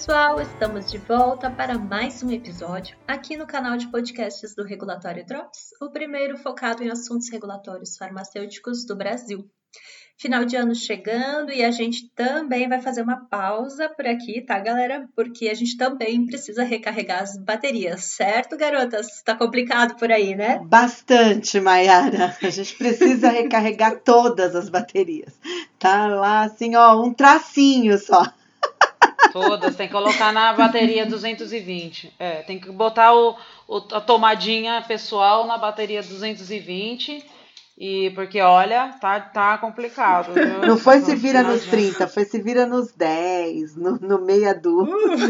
pessoal, estamos de volta para mais um episódio aqui no canal de podcasts do Regulatório Drops, o primeiro focado em assuntos regulatórios farmacêuticos do Brasil. Final de ano chegando e a gente também vai fazer uma pausa por aqui, tá, galera? Porque a gente também precisa recarregar as baterias, certo, garotas? Tá complicado por aí, né? Bastante, Mayara. A gente precisa recarregar todas as baterias. Tá lá assim, ó, um tracinho só. Todas, tem que colocar na bateria 220. Tem que botar a tomadinha pessoal na bateria 220. E porque, olha, tá complicado, viu? Não foi se vira nos 30, foi se vira nos 10, no meia dúzia.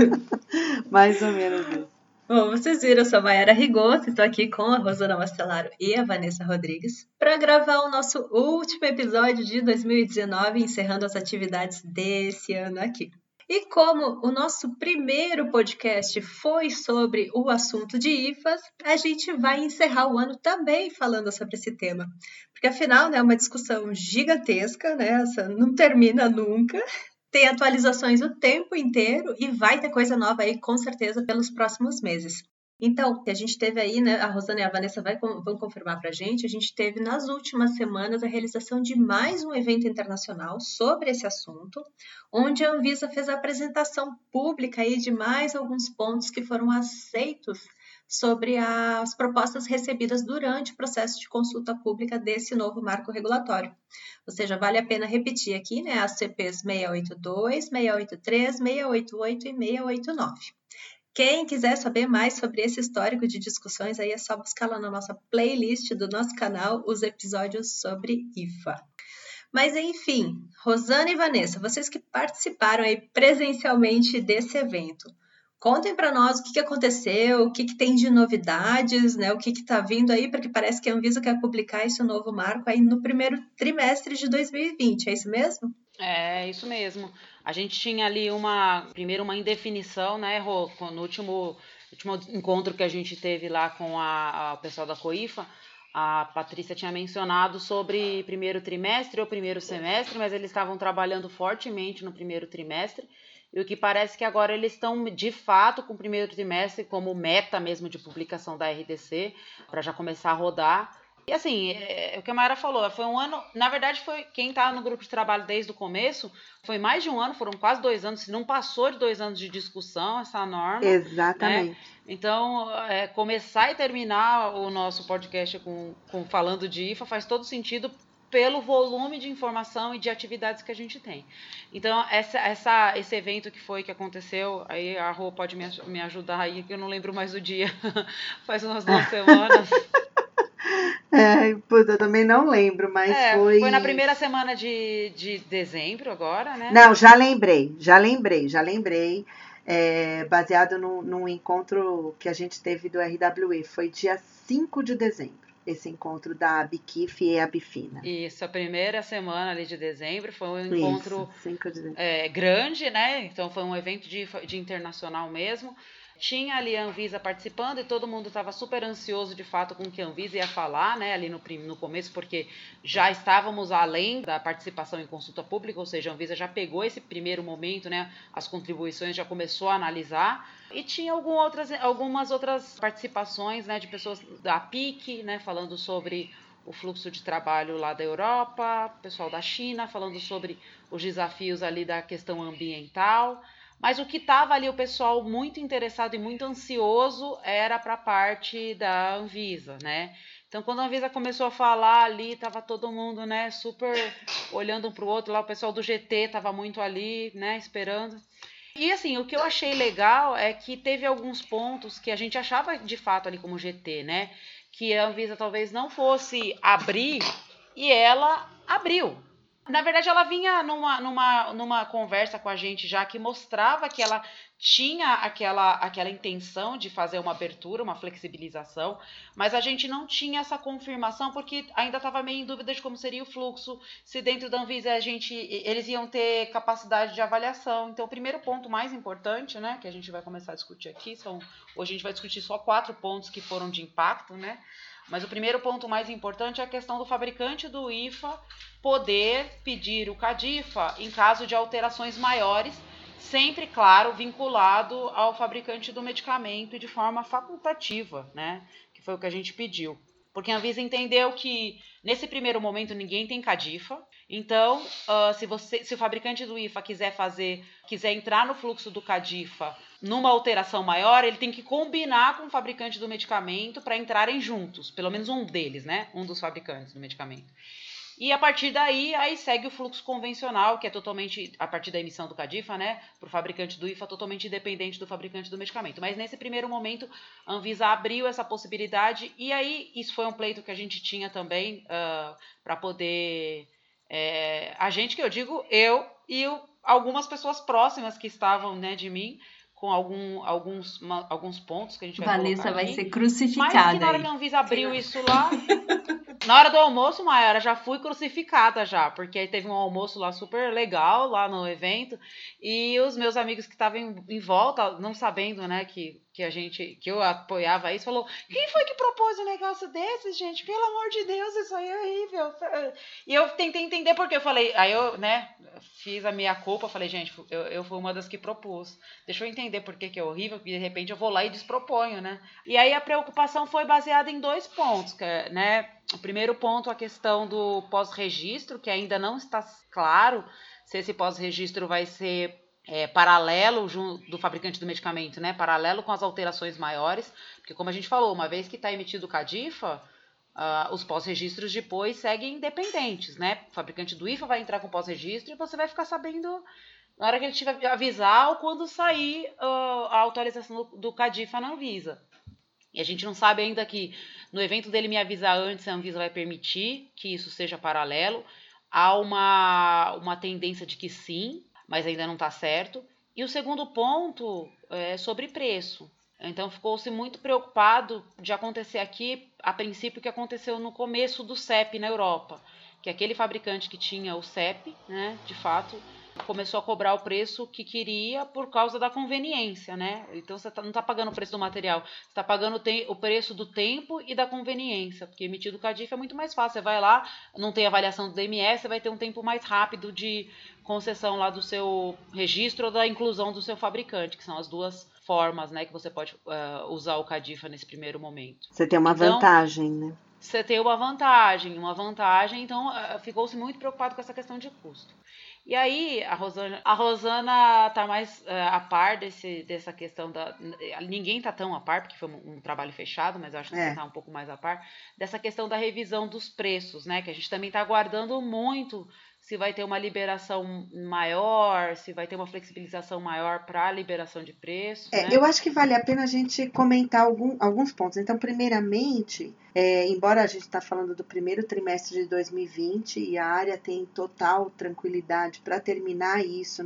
Mais ou menos isso. Bom, vocês viram, eu sou a Mayara Rigoto, estou aqui com a Rosana Mastelaro e a Vanessa Rodrigues para gravar o nosso último episódio de 2019, encerrando as atividades desse ano aqui. E como o nosso primeiro podcast foi sobre o assunto de IFAs, a gente vai encerrar o ano também falando sobre esse tema. Porque afinal, né, é uma discussão gigantesca, né, essa não termina nunca. Tem atualizações o tempo inteiro e vai ter coisa nova aí com certeza pelos próximos meses. Então, a gente teve aí, né, a Rosana e a Vanessa vão confirmar para a gente teve nas últimas semanas a realização de mais um evento internacional sobre esse assunto, onde a Anvisa fez a apresentação pública aí de mais alguns pontos que foram aceitos sobre as propostas recebidas durante o processo de consulta pública desse novo marco regulatório. Ou seja, vale a pena repetir aqui, né, as CPs 682, 683, 688 e 689. Quem quiser saber mais sobre esse histórico de discussões, aí é só buscar lá na nossa playlist do nosso canal os episódios sobre IFA. Mas enfim, Rosana e Vanessa, vocês que participaram aí presencialmente desse evento, contem para nós o que aconteceu, o que tem de novidades, né? O que está vindo aí, porque parece que a Anvisa quer publicar esse novo marco aí no primeiro trimestre de 2020, é isso mesmo? É, isso mesmo. A gente tinha ali primeiro uma indefinição, né, Rô, no último encontro que a gente teve lá com o pessoal da COIFA, a Patrícia tinha mencionado sobre primeiro trimestre ou primeiro semestre, mas eles estavam trabalhando fortemente no primeiro trimestre, e o que parece que agora eles estão, de fato, com o primeiro trimestre como meta mesmo de publicação da RDC, para já começar a rodar. E assim, o que a Mayara falou, foi um ano, na verdade foi quem está no grupo de trabalho desde o começo, foi mais de um ano, foram quase 2 anos, se não passou de 2 anos de discussão essa norma. Exatamente. Né? Então, começar e terminar o nosso podcast falando de IFA faz todo sentido pelo volume de informação e de atividades que a gente tem. Então, esse evento que aconteceu, aí a Rô pode me ajudar aí, que eu não lembro mais o dia, faz umas 2 semanas. Eu também não lembro, mas foi... Foi na primeira semana de dezembro agora, né? Não, já lembrei. Baseado num encontro que a gente teve do RWE, foi dia 5 de dezembro, esse encontro da ABQIF e a Bifina. Isso, a primeira semana ali de dezembro foi um encontro 5 de dezembro. Grande, né? Então foi um evento de internacional mesmo. Tinha ali a Anvisa participando e todo mundo estava super ansioso de fato com o que a Anvisa ia falar, né, ali no começo, porque já estávamos além da participação em consulta pública, ou seja, a Anvisa já pegou esse primeiro momento, né, as contribuições, já começou a analisar, e tinha algumas outras participações, né, de pessoas da PIC, né, falando sobre o fluxo de trabalho lá da Europa, pessoal da China falando sobre os desafios ali da questão ambiental. Mas o que estava ali, o pessoal muito interessado e muito ansioso, era para a parte da Anvisa, né? Então, quando a Anvisa começou a falar ali, estava todo mundo, né, super olhando um para o outro. Lá o pessoal do GT estava muito ali, né, esperando. E assim, o que eu achei legal é que teve alguns pontos que a gente achava de fato ali como GT, né? Que a Anvisa talvez não fosse abrir, e ela abriu. Na verdade, ela vinha numa conversa com a gente já que mostrava que ela tinha aquela intenção de fazer uma abertura, uma flexibilização, mas a gente não tinha essa confirmação porque ainda estava meio em dúvida de como seria o fluxo, se dentro da Anvisa eles iam ter capacidade de avaliação. Então, o primeiro ponto mais importante, né, que a gente vai começar a discutir aqui, hoje a gente vai discutir só 4 pontos que foram de impacto, né? Mas o primeiro ponto mais importante é a questão do fabricante do IFA poder pedir o CADIFA em caso de alterações maiores sempre, claro, vinculado ao fabricante do medicamento e de forma facultativa, né? Que foi o que a gente pediu. Porque a Anvisa entendeu que, nesse primeiro momento, ninguém tem CADIFA. Então, se o fabricante do IFA quiser entrar no fluxo do CADIFA numa alteração maior, ele tem que combinar com o fabricante do medicamento para entrarem juntos. Pelo menos um deles, né? Um dos fabricantes do medicamento. E a partir daí, aí segue o fluxo convencional, que é totalmente, a partir da emissão do CADIFA, né, para o fabricante do IFA, totalmente independente do fabricante do medicamento. Mas nesse primeiro momento, a Anvisa abriu essa possibilidade, e aí isso foi um pleito que a gente tinha também para poder... a gente, que eu digo, eu e algumas pessoas próximas que estavam, né, de mim, com alguns pontos que a gente vai Vanessa colocar vai aqui. ser crucificada. Mas que na hora que a Anvisa abriu isso lá... Na hora do almoço, Mayara, já fui crucificada já, porque aí teve um almoço lá super legal, lá no evento, e os meus amigos que estavam em volta, não sabendo, né, que eu apoiava isso, falou, quem foi que propôs um negócio desse, gente? Pelo amor de Deus, isso aí é horrível. E eu tentei entender porque eu falei, aí eu, né, fiz a minha culpa, falei, gente, eu fui uma das que propus. Deixa eu entender por que é horrível, porque de repente eu vou lá e desproponho, né? E aí a preocupação foi baseada em 2 pontos, que é, né, o primeiro ponto, a questão do pós-registro, que ainda não está claro se esse pós-registro vai ser paralelo do fabricante do medicamento, né? Paralelo com as alterações maiores, porque como a gente falou, uma vez que está emitido o CADIFA, os pós-registros depois seguem independentes, né? O fabricante do IFA vai entrar com pós-registro e você vai ficar sabendo na hora que ele tiver avisar ou quando sair a autorização do CADIFA na Anvisa. E a gente não sabe ainda que no evento dele me avisar antes, a Anvisa vai permitir que isso seja paralelo. Há uma tendência de que sim, mas ainda não está certo. E o segundo ponto é sobre preço. Então ficou-se muito preocupado de acontecer aqui, a princípio, o que aconteceu no começo do CEP na Europa. Que aquele fabricante que tinha o CEP, né, de fato, começou a cobrar o preço que queria por causa da conveniência, né? Então você não está pagando o preço do material, você está pagando o preço do tempo e da conveniência, porque emitido o CADIF é muito mais fácil. Você vai lá, não tem avaliação do DMS, você vai ter um tempo mais rápido de concessão lá do seu registro ou da inclusão do seu fabricante, que são as duas formas, né, que você pode usar o CADIFA nesse primeiro momento. Você tem uma vantagem, né? Você tem uma vantagem, então ficou-se muito preocupado com essa questão de custo. E aí, a Rosana tá mais a par dessa questão ninguém tá tão a par, porque foi um trabalho fechado, mas eu acho que você tá um pouco mais a par, dessa questão da revisão dos preços, né? Que a gente também tá aguardando muito se vai ter uma liberação maior, se vai ter uma flexibilização maior para a liberação de preço. Né? Eu acho que vale a pena a gente comentar alguns pontos. Então, primeiramente, embora a gente está falando do primeiro trimestre de 2020 e a área tem total tranquilidade para terminar isso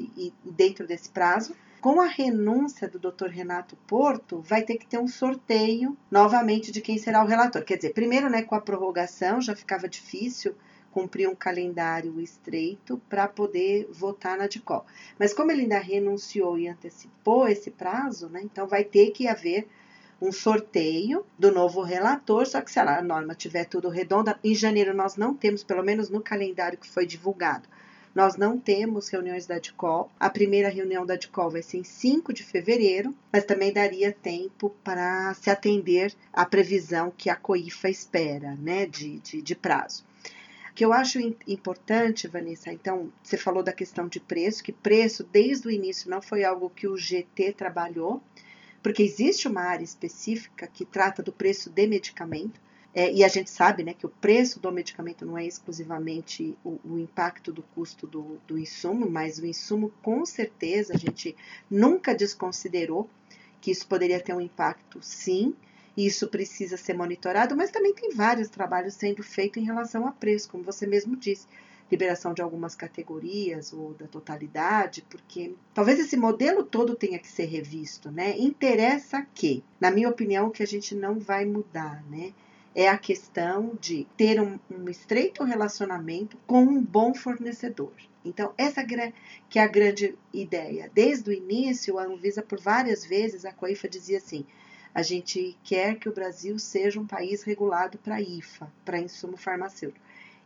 dentro desse prazo, com a renúncia do Dr. Renato Porto, vai ter que ter um sorteio novamente de quem será o relator. Quer dizer, primeiro, né, com a prorrogação já ficava difícil cumprir um calendário estreito para poder votar na DICOL. Mas como ele ainda renunciou e antecipou esse prazo, né, então vai ter que haver um sorteio do novo relator, só que se a norma estiver tudo redonda, em janeiro nós não temos, pelo menos no calendário que foi divulgado, nós não temos reuniões da DICOL. A primeira reunião da DICOL vai ser em 5 de fevereiro, mas também daria tempo para se atender à previsão que a COIFA espera, né, de prazo. O que eu acho importante, Vanessa, então, você falou da questão de preço, que preço, desde o início, não foi algo que o GT trabalhou, porque existe uma área específica que trata do preço de medicamento, e a gente sabe, né, que o preço do medicamento não é exclusivamente o impacto do custo do insumo, mas o insumo, com certeza, a gente nunca desconsiderou que isso poderia ter um impacto, sim. Isso precisa ser monitorado, mas também tem vários trabalhos sendo feitos em relação a preço, como você mesmo disse, liberação de algumas categorias ou da totalidade, porque talvez esse modelo todo tenha que ser revisto, né? Interessa que, na minha opinião, o que a gente não vai mudar, né? É a questão de ter um estreito relacionamento com um bom fornecedor. Então, essa que é a grande ideia. Desde o início, a Anvisa, por várias vezes, a COIFA dizia assim: a gente quer que o Brasil seja um país regulado para IFA, para insumo farmacêutico.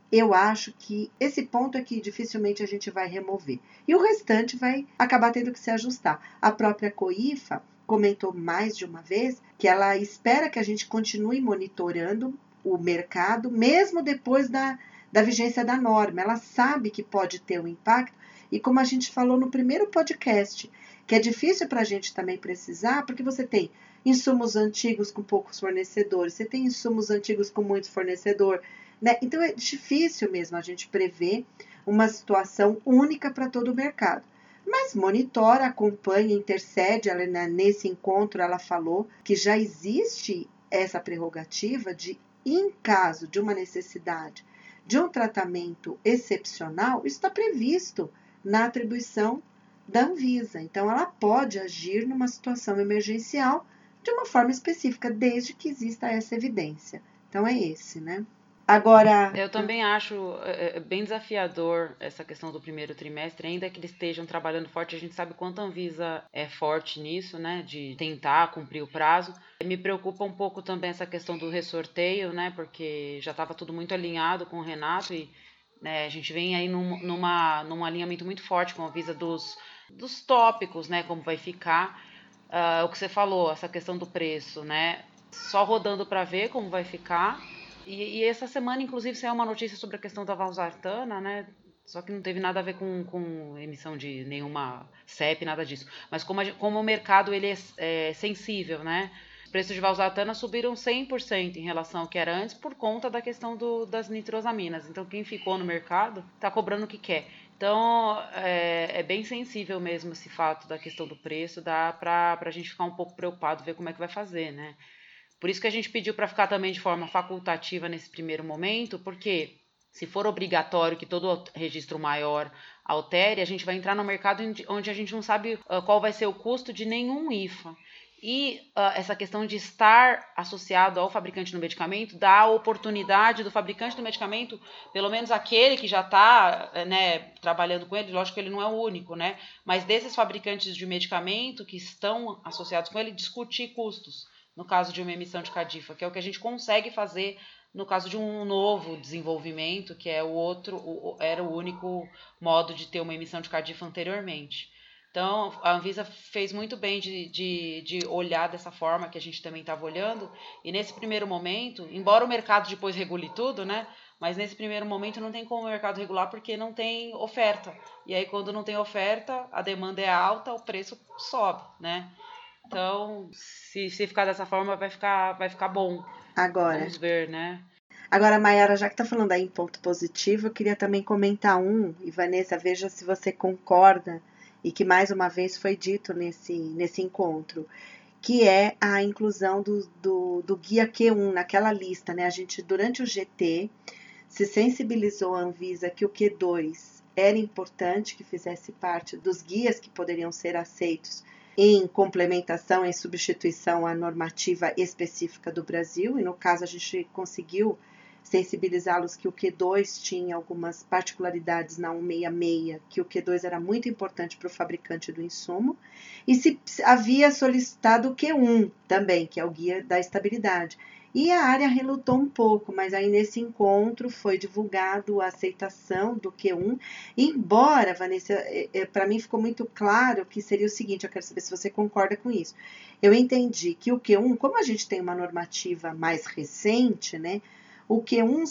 eu acho que esse ponto aqui dificilmente a gente vai remover. E o restante vai acabar tendo que se ajustar. A própria COIFA comentou mais de uma vez que ela espera que a gente continue monitorando o mercado, mesmo depois da vigência da norma. Ela sabe que pode ter um impacto, e como a gente falou no primeiro podcast, que é difícil para a gente também precisar, porque você tem insumos antigos com poucos fornecedores, você tem insumos antigos com muitos fornecedores, né? Então é difícil mesmo a gente prever uma situação única para todo o mercado. Mas monitora, acompanha, intercede. Nesse encontro ela falou que já existe essa prerrogativa de, em caso de uma necessidade de um tratamento excepcional, isso está previsto na atribuição da Anvisa. Então ela pode agir numa situação emergencial de uma forma específica, desde que exista essa evidência. Então é esse, né? Agora, eu também acho bem desafiador essa questão do primeiro trimestre, ainda que eles estejam trabalhando forte. A gente sabe quanto a Anvisa é forte nisso, né, de tentar cumprir o prazo. Me preocupa um pouco também essa questão do ressorteio, né, porque já estava tudo muito alinhado com o Renato e, né, a gente vem aí num alinhamento muito forte com a Anvisa dos tópicos, né, como vai ficar. O que você falou, essa questão do preço, né, só rodando para ver como vai ficar. E essa semana, inclusive, saiu uma notícia sobre a questão da valsartana, né? Só que não teve nada a ver com emissão de nenhuma CEP, nada disso. Mas como o mercado ele é sensível, né? Os preços de valsartana subiram 100% em relação ao que era antes por conta da questão das nitrosaminas. Então, quem ficou no mercado está cobrando o que quer. Então, é bem sensível mesmo esse fato da questão do preço. Dá para a gente ficar um pouco preocupado, ver como é que vai fazer, né? Por isso que a gente pediu para ficar também de forma facultativa nesse primeiro momento, porque se for obrigatório que todo registro maior altere, a gente vai entrar no mercado onde a gente não sabe qual vai ser o custo de nenhum IFA. E essa questão de estar associado ao fabricante do medicamento dá a oportunidade do fabricante do medicamento, pelo menos aquele que já está trabalhando com ele, lógico que ele não é o único, né? Mas desses fabricantes de medicamento que estão associados com ele, discutir custos. No caso de uma emissão de CADIFA, que é o que a gente consegue fazer no caso de um novo desenvolvimento, que é era o único modo de ter uma emissão de CADIFA anteriormente. Então, a Anvisa fez muito bem de olhar dessa forma que a gente também estava olhando, e nesse primeiro momento, embora o mercado depois regule tudo, né? Mas nesse primeiro momento não tem como o mercado regular porque não tem oferta. E aí, quando não tem oferta, a demanda é alta, o preço sobe, né? Então, se ficar dessa forma, vai ficar bom. Vamos ver, né? Agora, Mayara, já que está falando aí em ponto positivo, eu queria também comentar e Vanessa, veja se você concorda, e que mais uma vez foi dito nesse encontro, que é a inclusão do guia Q1 naquela lista, né? A gente, durante o GT, se sensibilizou a Anvisa que o Q2 era importante que fizesse parte dos guias que poderiam ser aceitos em complementação, em substituição à normativa específica do Brasil, e no caso a gente conseguiu sensibilizá-los que o Q2 tinha algumas particularidades na 166, que o Q2 era muito importante para o fabricante do insumo, e se havia solicitado o Q1 também, que é o guia da estabilidade. E a área relutou um pouco, mas aí nesse encontro foi divulgado a aceitação do Q1, embora, Vanessa, para mim ficou muito claro que seria o seguinte, eu quero saber se você concorda com isso. Eu entendi que o Q1, como a gente tem uma normativa mais recente, né, o Q1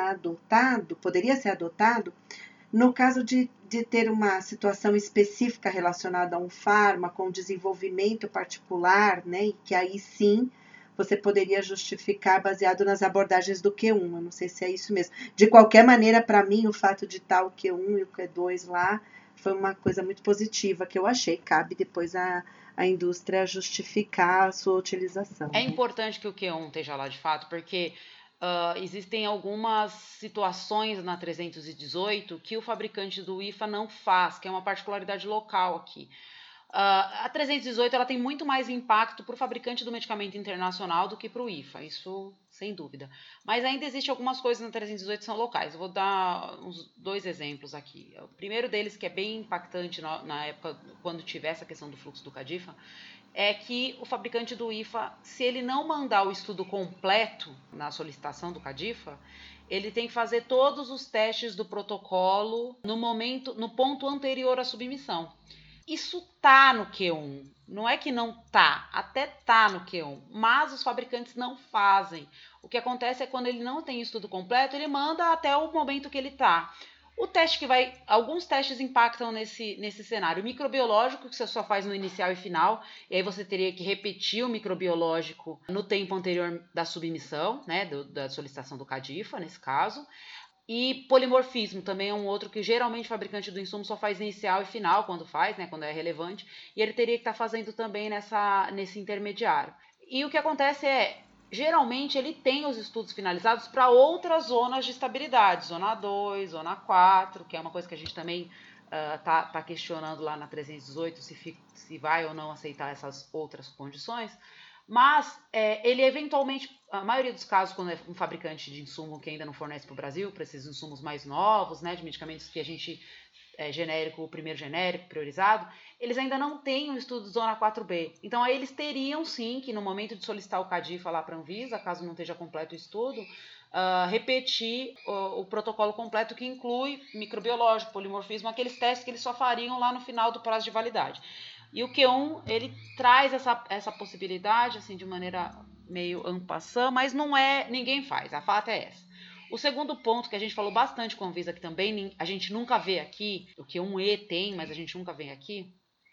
poderia ser adotado no caso de ter uma situação específica relacionada a um fármaco, um desenvolvimento particular, né, e que aí sim você poderia justificar baseado nas abordagens do Q1. Eu não sei se é isso mesmo. De qualquer maneira, para mim, o fato de estar o Q1 e o Q2 lá foi uma coisa muito positiva que eu achei. Cabe depois a indústria justificar a sua utilização. É importante que o Q1 esteja lá de fato, porque existem algumas situações na 318 que o fabricante do IFA não faz, que é uma particularidade local aqui. A 318 ela tem muito mais impacto para o fabricante do medicamento internacional do que para o IFA, isso sem dúvida. Mas ainda existem algumas coisas na 318 que são locais. Eu vou dar uns 2 exemplos aqui. O primeiro deles, que é bem impactante na época, quando tiver essa questão do fluxo do CADIFA, é que o fabricante do IFA, se ele não mandar o estudo completo na solicitação do CADIFA, ele tem que fazer todos os testes do protocolo no ponto anterior à submissão. Isso tá no Q1, não é que não tá, até tá no Q1, mas os fabricantes não fazem. O que acontece é quando ele não tem estudo completo, ele manda até o momento que ele tá. O teste alguns testes impactam nesse cenário. O microbiológico, que você só faz no inicial e final, e aí você teria que repetir o microbiológico no tempo anterior da submissão, né, da solicitação do CADIFA, nesse caso. E polimorfismo também é um outro que geralmente o fabricante do insumo só faz inicial e final quando faz, né, quando é relevante, e ele teria que estar fazendo também nesse intermediário. E o que acontece é, geralmente ele tem os estudos finalizados para outras zonas de estabilidade, zona 2, zona 4, que é uma coisa que a gente também tá questionando lá na 318, se vai ou não aceitar essas outras condições. Mas ele eventualmente, a maioria dos casos, quando é um fabricante de insumo que ainda não fornece para o Brasil, para esses insumos mais novos, né, de medicamentos que a gente genérico, o primeiro genérico, priorizado, eles ainda não têm um estudo de zona 4B. Então, aí eles teriam sim que, no momento de solicitar o CADIFA lá para a Anvisa, caso não esteja completo o estudo, repetir o protocolo completo que inclui microbiológico, polimorfismo, aqueles testes que eles só fariam lá no final do prazo de validade. E o Q1, ele traz essa possibilidade, assim, de maneira meio en passant, mas ninguém faz, a fato é essa. O segundo ponto que a gente falou bastante com a Anvisa, que também a gente nunca vê aqui, o Q1E tem, mas a gente nunca vê aqui,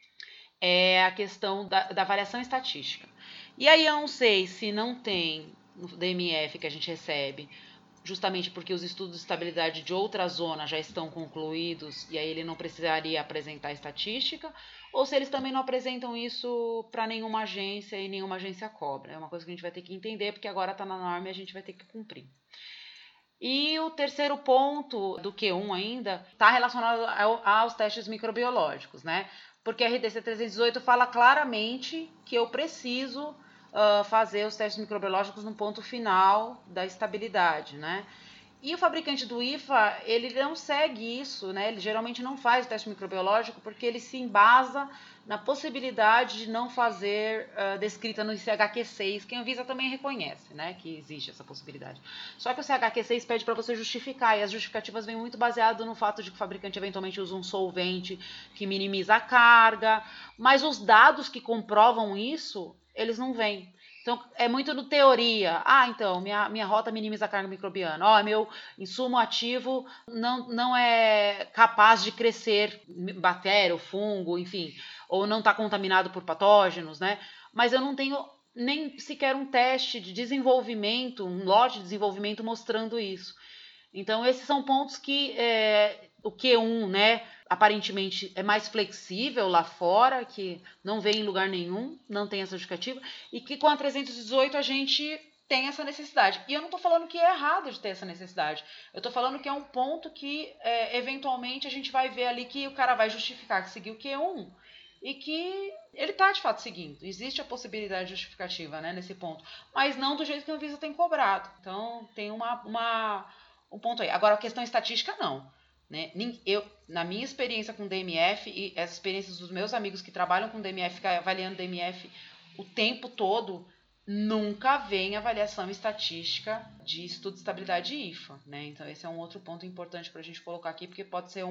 é a questão da variação estatística. E aí eu não sei se não tem no DMF que a gente recebe, justamente porque os estudos de estabilidade de outra zona já estão concluídos e aí ele não precisaria apresentar estatística, ou se eles também não apresentam isso para nenhuma agência e nenhuma agência cobra. É uma coisa que a gente vai ter que entender, porque agora está na norma e a gente vai ter que cumprir. E o terceiro ponto do Q1 ainda está relacionado aos testes microbiológicos, né? Porque a RDC 318 fala claramente que eu preciso fazer os testes microbiológicos no ponto final da estabilidade, né? E o fabricante do IFA, ele não segue isso, né? Ele geralmente não faz o teste microbiológico porque ele se embasa na possibilidade de não fazer descrita no CHQ6, que a Anvisa também reconhece, né? Que existe essa possibilidade. Só que o CHQ6 pede para você justificar, e as justificativas vêm muito baseado no fato de que o fabricante eventualmente usa um solvente que minimiza a carga, mas os dados que comprovam isso, eles não vêm. Então, é muito no teoria. Então, minha rota minimiza a carga microbiana. Meu insumo ativo não é capaz de crescer bactéria ou fungo, enfim, ou não está contaminado por patógenos, né? Mas eu não tenho nem sequer um teste de desenvolvimento, um lote de desenvolvimento mostrando isso. Então, esses são pontos que o Q1, né, aparentemente é mais flexível lá fora, que não vem em lugar nenhum, não tem essa justificativa, e que com a 318 a gente tem essa necessidade. E eu não estou falando que é errado de ter essa necessidade. Eu estou falando que é um ponto que, eventualmente, a gente vai ver ali que o cara vai justificar que seguiu o Q1 e que ele está, de fato, seguindo. Existe a possibilidade justificativa, né, nesse ponto. Mas não do jeito que a Anvisa tem cobrado. Então, tem um ponto aí. Agora, a questão estatística, não. Né? Na minha experiência com DMF e as experiências dos meus amigos que trabalham com DMF, que avaliando DMF o tempo todo, nunca vem avaliação estatística de estudo de estabilidade IFA. Né? Então, esse é um outro ponto importante para a gente colocar aqui, porque pode ser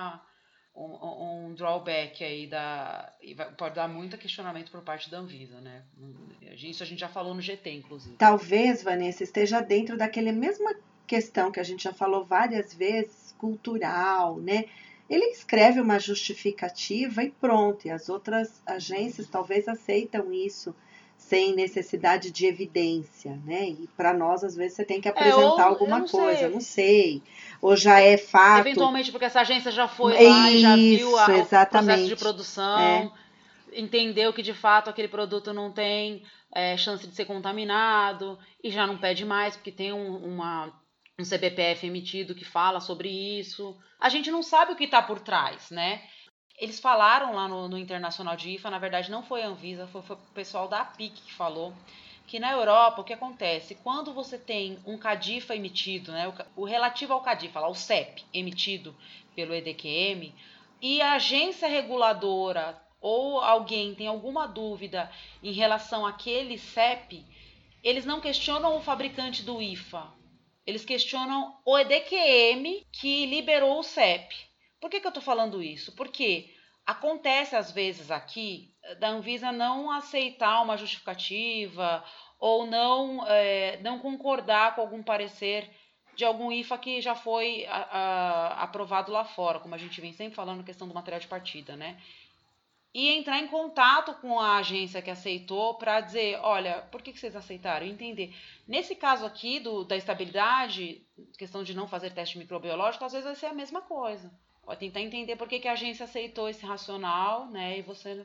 um drawback aí pode dar muito questionamento por parte da Anvisa, né? Isso a gente já falou no GT, inclusive. Talvez, Vanessa, esteja dentro daquela mesma questão que a gente já falou várias vezes, cultural, né? Ele escreve uma justificativa e pronto, e as outras agências talvez aceitam isso sem necessidade de evidência, né? E para nós, às vezes, você tem que apresentar alguma coisa, não sei. Ou já é fato. Eventualmente, porque essa agência já foi lá e já viu o processo de produção, entendeu que de fato aquele produto não tem chance de ser contaminado e já não pede mais, porque tem um CBPF emitido que fala sobre isso. A gente não sabe o que está por trás, né? Eles falaram lá no Internacional de IFA, na verdade não foi a Anvisa, foi o pessoal da APIC que falou, que na Europa o que acontece? Quando você tem um CADIFA emitido, né, o relativo ao CADIFA, lá, o CEP emitido pelo EDQM, e a agência reguladora ou alguém tem alguma dúvida em relação àquele CEP, eles não questionam o fabricante do IFA, eles questionam o EDQM que liberou o CEP. Por que eu estou falando isso? Porque acontece às vezes aqui da Anvisa não aceitar uma justificativa ou não concordar com algum parecer de algum IFA que já foi aprovado lá fora, como a gente vem sempre falando na questão do material de partida, né? E entrar em contato com a agência que aceitou para dizer, olha, por que vocês aceitaram? E entender. Nesse caso aqui da estabilidade, questão de não fazer teste microbiológico, às vezes vai ser a mesma coisa. Vai tentar entender por que a agência aceitou esse racional, né?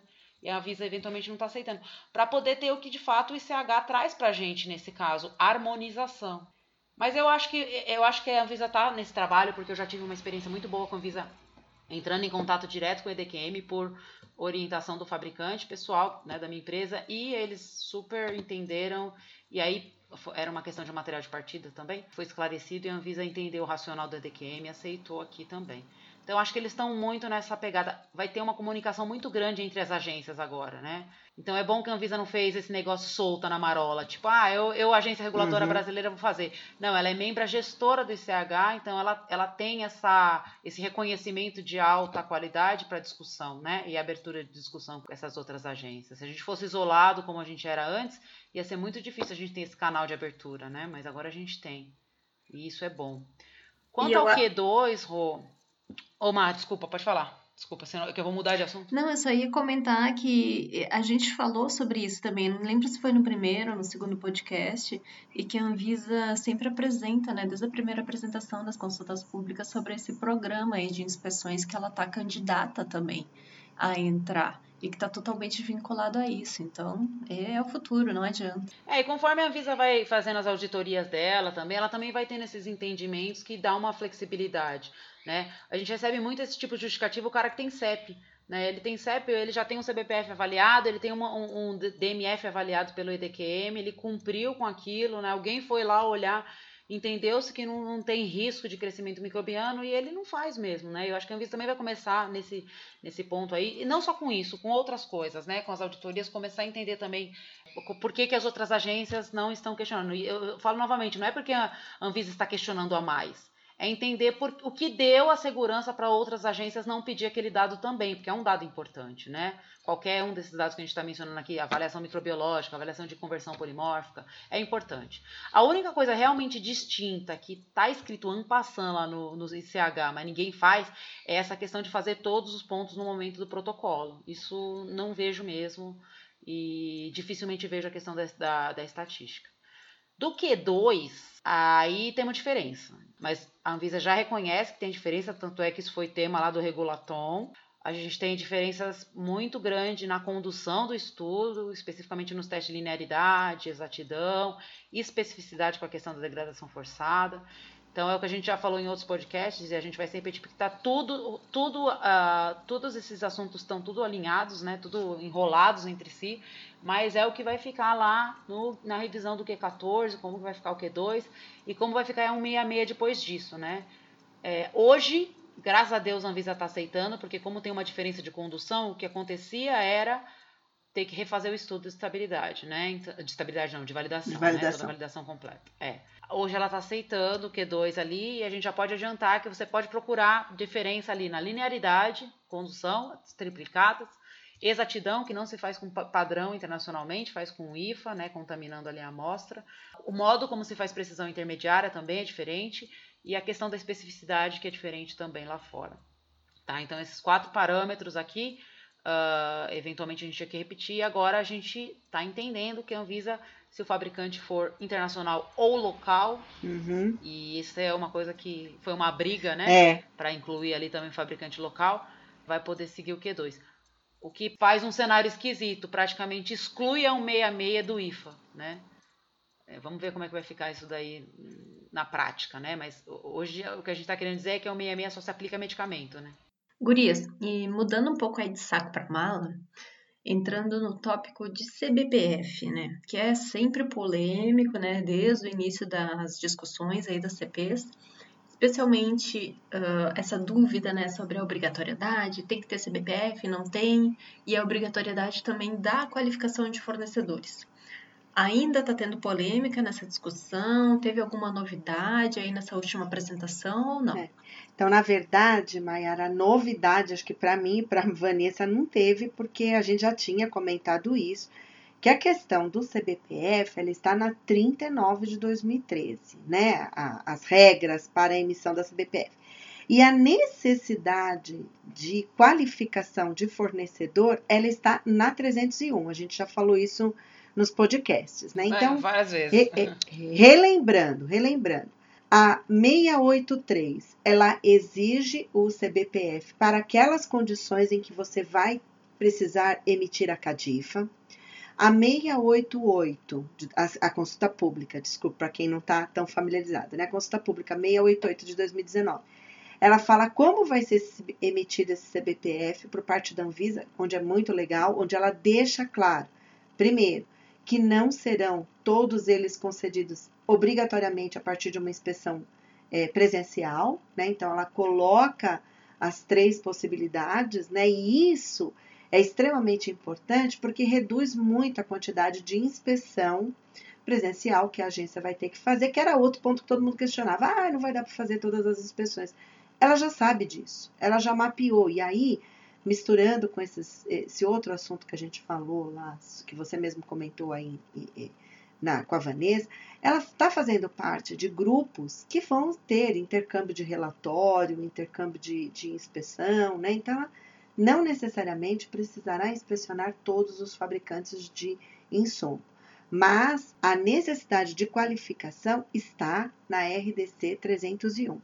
E a Anvisa eventualmente não está aceitando. Para poder ter o que de fato o ICH traz para a gente nesse caso, harmonização. Mas eu acho que a Anvisa está nesse trabalho, porque eu já tive uma experiência muito boa com a Anvisa entrando em contato direto com o EDQM por orientação do fabricante pessoal, né, da minha empresa, e eles super entenderam, e aí era uma questão de material de partida também, foi esclarecido e a Anvisa entendeu o racional do EDQM e aceitou aqui também. Então, acho que eles estão muito nessa pegada. Vai ter uma comunicação muito grande entre as agências agora, né? Então, é bom que a Anvisa não fez esse negócio solta na marola. Tipo, eu agência reguladora brasileira, vou fazer. Não, ela é membro gestora do ICH, então ela tem esse reconhecimento de alta qualidade para discussão, né? E abertura de discussão com essas outras agências. Se a gente fosse isolado, como a gente era antes, ia ser muito difícil a gente ter esse canal de abertura, né? Mas agora a gente tem. E isso é bom. Quanto ao Q2, Rô... Mar, desculpa, pode falar. Desculpa, senão que eu vou mudar de assunto. Não, eu só ia comentar que a gente falou sobre isso também. Não lembro se foi no primeiro ou no segundo podcast, e que a Anvisa sempre apresenta, né, desde a primeira apresentação das consultas públicas, sobre esse programa aí de inspeções que ela está candidata também a entrar. E que está totalmente vinculado a isso. Então, é o futuro, não adianta. E conforme a Anvisa vai fazendo as auditorias dela também, ela também vai tendo esses entendimentos que dá uma flexibilidade, né? A gente recebe muito esse tipo de justificativo, o cara que tem CEP, né? Ele tem CEP, ele já tem um CBPF avaliado, ele tem um DMF avaliado pelo EDQM, ele cumpriu com aquilo, né? Alguém foi lá olhar, entendeu-se que não tem risco de crescimento microbiano e ele não faz mesmo, né? Eu acho que a Anvisa também vai começar nesse ponto aí, e não só com isso, com outras coisas, né? Com as auditorias, começar a entender também por que as outras agências não estão questionando. E eu falo novamente, não é porque a Anvisa está questionando a mais, é entender o que deu a segurança para outras agências não pedir aquele dado também, porque é um dado importante, né? Qualquer um desses dados que a gente está mencionando aqui, avaliação microbiológica, avaliação de conversão polimórfica, é importante. A única coisa realmente distinta que está escrito en passant lá no ICH, mas ninguém faz, é essa questão de fazer todos os pontos no momento do protocolo. Isso não vejo mesmo e dificilmente vejo a questão da estatística. Do Q2, aí tem uma diferença, mas a Anvisa já reconhece que tem diferença, tanto é que isso foi tema lá do Regulatom. A gente tem diferenças muito grandes na condução do estudo, especificamente nos testes de linearidade, exatidão e especificidade com a questão da degradação forçada. Então, é o que a gente já falou em outros podcasts, e a gente vai sempre repetir, porque tá todos esses assuntos estão tudo alinhados, né, tudo enrolados entre si, mas é o que vai ficar lá na revisão do Q14, como vai ficar o Q2 e como vai ficar 166 depois disso, né. Hoje, graças a Deus, a Anvisa está aceitando, porque como tem uma diferença de condução, o que acontecia era ter que refazer o estudo de estabilidade, né? De estabilidade não, de validação. Né? Toda a validação completa. Hoje ela está aceitando o Q2 ali e a gente já pode adiantar que você pode procurar diferença ali na linearidade, condução, triplicadas, exatidão, que não se faz com padrão internacionalmente, faz com IFA, né? Contaminando ali a amostra. O modo como se faz precisão intermediária também é diferente e a questão da especificidade que é diferente também lá fora. Tá? Então, esses 4 parâmetros aqui, eventualmente a gente tinha que repetir, e agora a gente está entendendo que a Anvisa, se o fabricante for internacional ou local, e isso é uma coisa que foi uma briga, né, para incluir ali também o fabricante local, vai poder seguir o Q2. O que faz um cenário esquisito, praticamente exclui a 166 do IFA, né? Vamos ver como é que vai ficar isso daí na prática, né? Mas hoje o que a gente está querendo dizer é que a 166 só se aplica a medicamento, né? Gurias, e mudando um pouco aí de saco para mala, entrando no tópico de CBPF, né, que é sempre polêmico, né, desde o início das discussões aí das CPs, especialmente essa dúvida, né, sobre a obrigatoriedade, tem que ter CBPF, não tem, e a obrigatoriedade também da qualificação de fornecedores. Ainda está tendo polêmica nessa discussão? Teve alguma novidade aí nessa última apresentação ou não? Então, na verdade, Mayara, a novidade, acho que para mim e para a Vanessa não teve, porque a gente já tinha comentado isso, que a questão do CBPF, ela está na 39 de 2013, né? As regras para a emissão da CBPF. E a necessidade de qualificação de fornecedor, ela está na 301. A gente já falou isso nos podcasts, né? Então, várias vezes. Relembrando, a 683, ela exige o CBPF para aquelas condições em que você vai precisar emitir a CADIFA. A 688, a consulta pública, desculpa, para quem não está tão familiarizado, né? A consulta pública 688 de 2019. Ela fala como vai ser emitido esse CBPF por parte da Anvisa, onde é muito legal, onde ela deixa claro, primeiro, que não serão todos eles concedidos obrigatoriamente a partir de uma inspeção presencial, né? Então, ela coloca as 3 possibilidades, né? E isso é extremamente importante porque reduz muito a quantidade de inspeção presencial que a agência vai ter que fazer, que era outro ponto que todo mundo questionava. Não vai dar para fazer todas as inspeções. Ela já sabe disso, ela já mapeou. E aí, misturando com esse outro assunto que a gente falou lá, que você mesmo comentou aí com a Vanessa, ela está fazendo parte de grupos que vão ter intercâmbio de relatório, intercâmbio de inspeção, né? Então, ela não necessariamente precisará inspecionar todos os fabricantes de insumo. Mas a necessidade de qualificação está na RDC 301.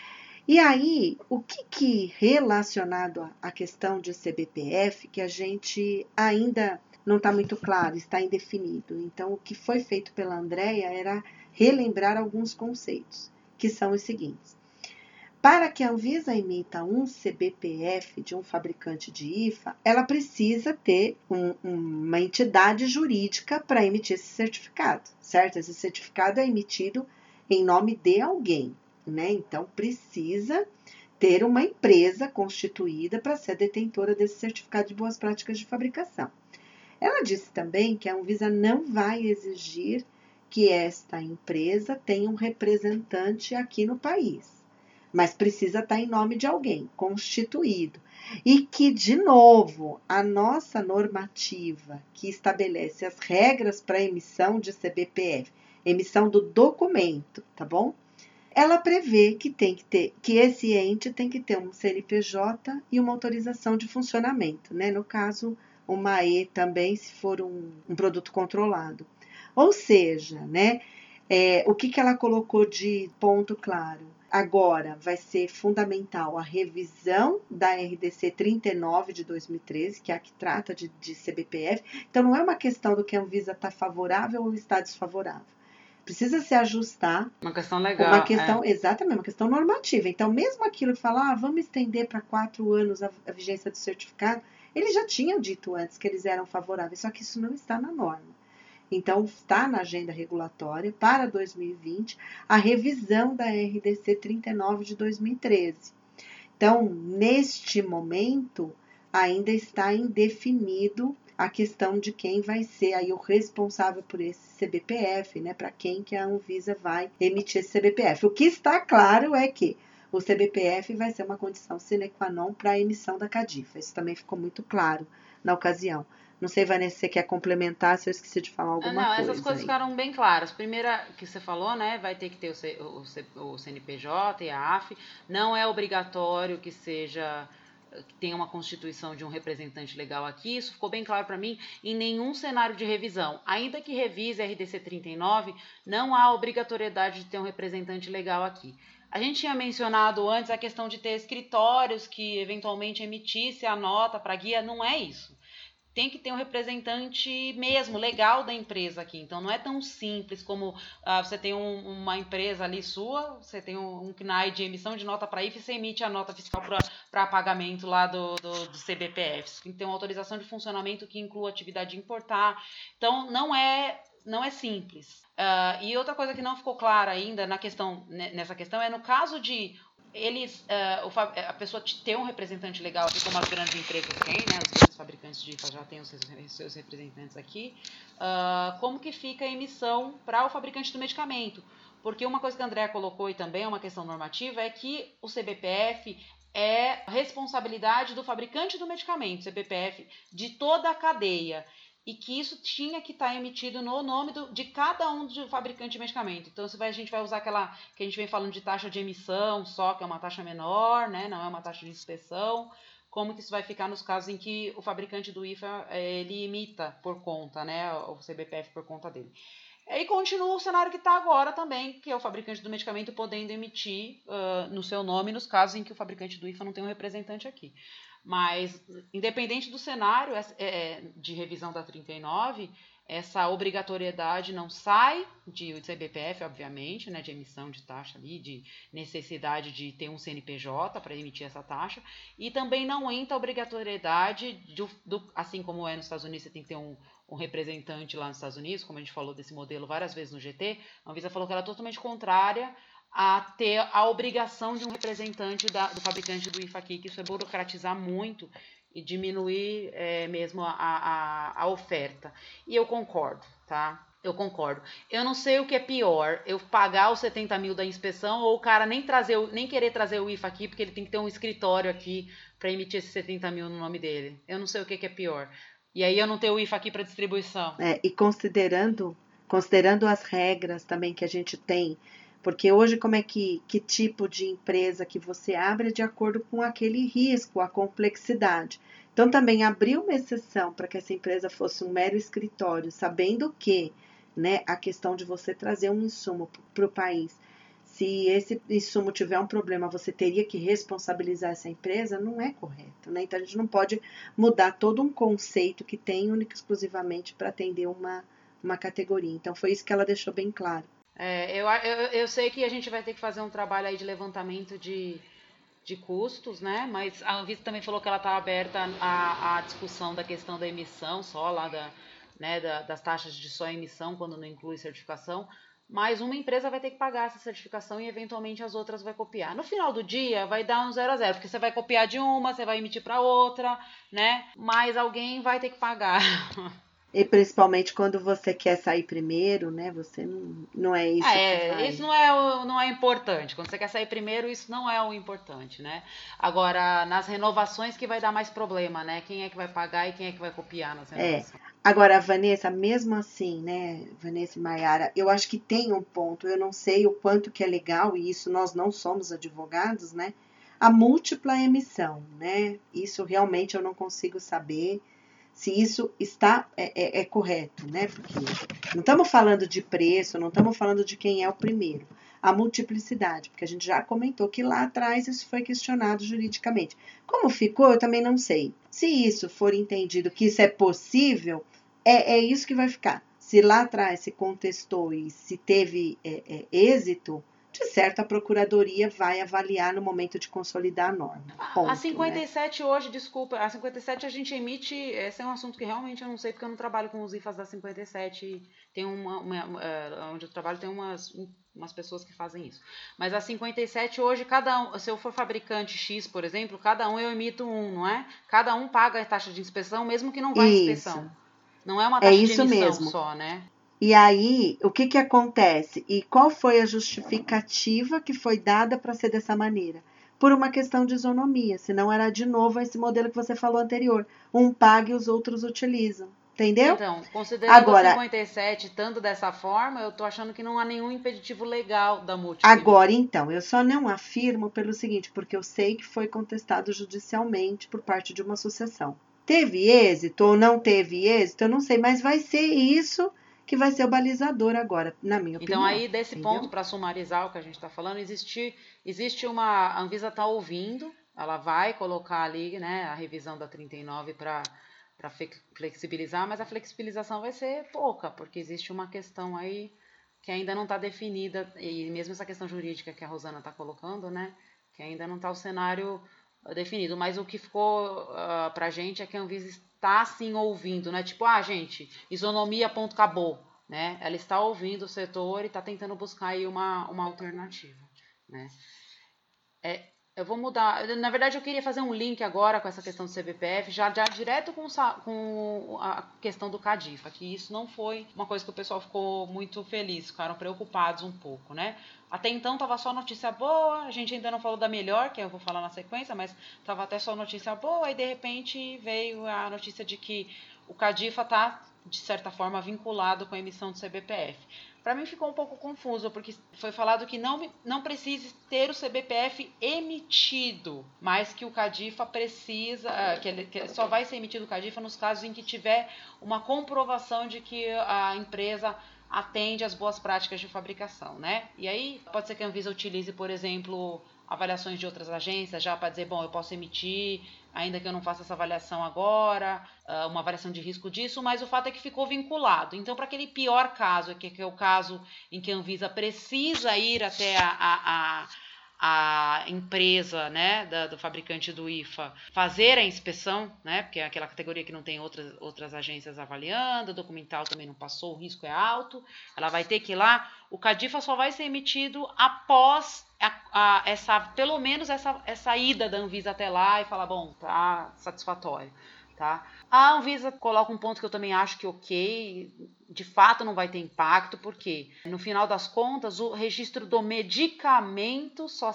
E aí, o que relacionado à questão de CBPF, que a gente ainda não está muito claro, está indefinido. Então, o que foi feito pela Andrea era relembrar alguns conceitos, que são os seguintes. Para que a Anvisa emita um CBPF de um fabricante de IFA, ela precisa ter uma entidade jurídica para emitir esse certificado, certo? Esse certificado é emitido em nome de alguém, né? Então, precisa ter uma empresa constituída para ser detentora desse certificado de boas práticas de fabricação. Ela disse também que a Anvisa não vai exigir que esta empresa tenha um representante aqui no país, mas precisa estar em nome de alguém, constituído. E que, de novo, a nossa normativa que estabelece as regras para a emissão de CBPF, emissão do documento, tá bom? Ela prevê que esse ente tem que ter um CNPJ e uma autorização de funcionamento, né? No caso, uma E também, se for um produto controlado. Ou seja, né? O que ela colocou de ponto claro? Agora vai ser fundamental a revisão da RDC 39 de 2013, que é a que trata de CBPF. Então, não é uma questão do que a Anvisa está favorável ou está desfavorável. Precisa se ajustar. Uma questão legal. Uma questão, exatamente, uma questão normativa. Então, mesmo aquilo que fala, vamos estender para 4 anos a vigência do certificado, eles já tinham dito antes que eles eram favoráveis, só que isso não está na norma. Então, está na agenda regulatória para 2020 a revisão da RDC 39 de 2013. Então, neste momento, ainda está indefinido a questão de quem vai ser aí o responsável por esse CBPF, né? Para quem que a Anvisa vai emitir esse CBPF. O que está claro é que o CBPF vai ser uma condição sine qua non para a emissão da CADIFA. Isso também ficou muito claro na ocasião. Não sei, Vanessa, se você quer complementar, se eu esqueci de falar alguma coisa. Não, essas coisas ficaram bem claras. Primeira que você falou, né, vai ter que ter o CNPJ e a AF. Não é obrigatório que tenha uma constituição de um representante legal aqui. Isso ficou bem claro para mim em nenhum cenário de revisão. Ainda que revise a RDC 39, não há obrigatoriedade de ter um representante legal aqui. A gente tinha mencionado antes a questão de ter escritórios que eventualmente emitisse a nota para guia. Não é isso. Tem que ter um representante mesmo, legal da empresa aqui. Então, não é tão simples como você tem uma empresa ali sua, você tem um CNAE de emissão de nota para IFE e você emite a nota fiscal para pagamento lá do CBPF. Tem que ter uma autorização de funcionamento que inclua a atividade de importar. Então, não é não é simples. E outra coisa que não ficou clara ainda nessa questão é no caso de a pessoa ter um representante legal, assim como as grandes empresas têm, né? Os grandes fabricantes de IFA já têm os seus representantes aqui. Como que fica a emissão para o fabricante do medicamento? Porque uma coisa que a Andrea colocou e também é uma questão normativa é que o CBPF é responsabilidade do fabricante do medicamento, CBPF, de toda a cadeia. E que isso tinha que estar emitido no nome de cada um do fabricante de medicamento. Então, a gente vai usar aquela que a gente vem falando de taxa de emissão só, que é uma taxa menor, né? Não é uma taxa de inspeção. Como que isso vai ficar nos casos em que o fabricante do IFA ele imita por conta, né? O CBPF por conta dele. E continua o cenário que está agora também, que é o fabricante do medicamento podendo emitir no seu nome nos casos em que o fabricante do IFA não tem um representante aqui. Mas, independente do cenário de revisão da 39, essa obrigatoriedade não sai de CBPF, obviamente, né, de emissão de taxa ali, de necessidade de ter um CNPJ para emitir essa taxa, e também não entra a obrigatoriedade, assim como é nos Estados Unidos, você tem que ter um representante lá nos Estados Unidos, como a gente falou desse modelo várias vezes no GT, a Anvisa falou que ela é totalmente contrária a ter a obrigação de um representante do fabricante do IFA aqui, que isso é burocratizar muito e diminuir mesmo a oferta. E eu concordo, tá? Eu concordo. Eu não sei o que é pior, eu pagar os 70 mil da inspeção ou o cara nem querer trazer o IFA aqui, porque ele tem que ter um escritório aqui para emitir esses 70 mil no nome dele. Eu não sei o que é pior. E aí eu não ter o IFA aqui para distribuição. E considerando as regras também que a gente tem, porque hoje como é que tipo de empresa que você abre é de acordo com aquele risco, a complexidade. Então também abrir uma exceção para que essa empresa fosse um mero escritório, sabendo que, né, a questão de você trazer um insumo para o país, se esse insumo tiver um problema, você teria que responsabilizar essa empresa, não é correto, né? Então a gente não pode mudar todo um conceito que tem única e exclusivamente para atender uma categoria. Então foi isso que ela deixou bem claro. Eu sei que a gente vai ter que fazer um trabalho aí de levantamento de custos, né? Mas a Anvisa também falou que ela está aberta à discussão da questão da emissão só lá das taxas de só emissão quando não inclui certificação. Mas uma empresa vai ter que pagar essa certificação e eventualmente as outras vai copiar. No final do dia vai dar um 0 a 0, porque você vai copiar de uma, você vai emitir para outra, né? Mas alguém vai ter que pagar. E principalmente quando você quer sair primeiro, né? Você não é isso que vai... Isso não é importante. Quando você quer sair primeiro, isso não é o importante, né? Agora, nas renovações que vai dar mais problema, né? Quem é que vai pagar e quem é que vai copiar nas renovações. Agora, Vanessa, mesmo assim, né, Vanessa e Maiara, eu acho que tem um ponto, eu não sei o quanto que é legal, e isso nós não somos advogados, né? A múltipla emissão, né? Isso realmente eu não consigo saber se isso está correto, né? Porque não estamos falando de preço, não estamos falando de quem é o primeiro. A multiplicidade, porque a gente já comentou que lá atrás isso foi questionado juridicamente. Como ficou, eu também não sei. Se isso for entendido que isso é possível, é isso que vai ficar. Se lá atrás se contestou e se teve êxito, de certo a Procuradoria vai avaliar no momento de consolidar a norma. Ponto, a 57 né? Hoje, desculpa, a 57 a gente emite, esse é um assunto que realmente eu não sei porque eu não trabalho com os IFAs da 57, tem onde eu trabalho tem umas pessoas que fazem isso. Mas a 57 hoje, se eu for fabricante X, por exemplo, cada um eu emito um, não é? Cada um paga a taxa de inspeção, mesmo que não vá em inspeção. Não é uma taxa de emissão mesmo. Só, né? E aí, o que acontece? E qual foi a justificativa que foi dada para ser dessa maneira? Por uma questão de isonomia, senão era de novo esse modelo que você falou anterior. Um paga e os outros utilizam. Entendeu? Então, considerando a 57 tanto dessa forma, eu tô achando que não há nenhum impeditivo legal da múltipla. Agora, então, eu só não afirmo pelo seguinte, porque eu sei que foi contestado judicialmente por parte de uma associação. Teve êxito ou não teve êxito, eu não sei, mas vai ser isso que vai ser o balizador agora, na minha opinião. Então, aí, desse ponto, para sumarizar o que a gente está falando, existe uma... A Anvisa está ouvindo, ela vai colocar ali, né, a revisão da 39 para flexibilizar, mas a flexibilização vai ser pouca, porque existe uma questão aí que ainda não está definida, e mesmo essa questão jurídica que a Rosana está colocando, né, que ainda não está o cenário definido, mas o que ficou para a gente é que a Anvisa está, sim, ouvindo, né, tipo, gente, isonomia, ponto, acabou, né? Ela está ouvindo o setor e está tentando buscar aí uma alternativa, né? Eu vou mudar. Na verdade, eu queria fazer um link agora com essa questão do CBPF, já direto com a questão do CADIFA, que isso não foi uma coisa que o pessoal ficou muito feliz, ficaram preocupados um pouco, né? Até então estava só notícia boa, a gente ainda não falou da melhor, que eu vou falar na sequência, mas estava até só notícia boa, e de repente veio a notícia de que o CADIFA está, de certa forma, vinculado com a emissão do CBPF. Para mim ficou um pouco confuso, porque foi falado que não precisa ter o CBPF emitido, mas que o CADIFA precisa, que só vai ser emitido o CADIFA nos casos em que tiver uma comprovação de que a empresa atende às boas práticas de fabricação, né? E aí pode ser que a Anvisa utilize, por exemplo, avaliações de outras agências já para dizer, bom, eu posso emitir, ainda que eu não faça essa avaliação agora, uma avaliação de risco disso, mas o fato é que ficou vinculado. Então, para aquele pior caso, que é o caso em que a Anvisa precisa ir até a empresa, né, do fabricante do IFA fazer a inspeção, né, porque é aquela categoria que não tem outras agências avaliando, o documental também não passou, o risco é alto, ela vai ter que ir lá, o CADIFA só vai ser emitido após pelo menos essa ida da Anvisa até lá e falar, bom, tá satisfatório, tá? A Anvisa coloca um ponto que eu também acho que ok, de fato não vai ter impacto, porque no final das contas o registro do medicamento só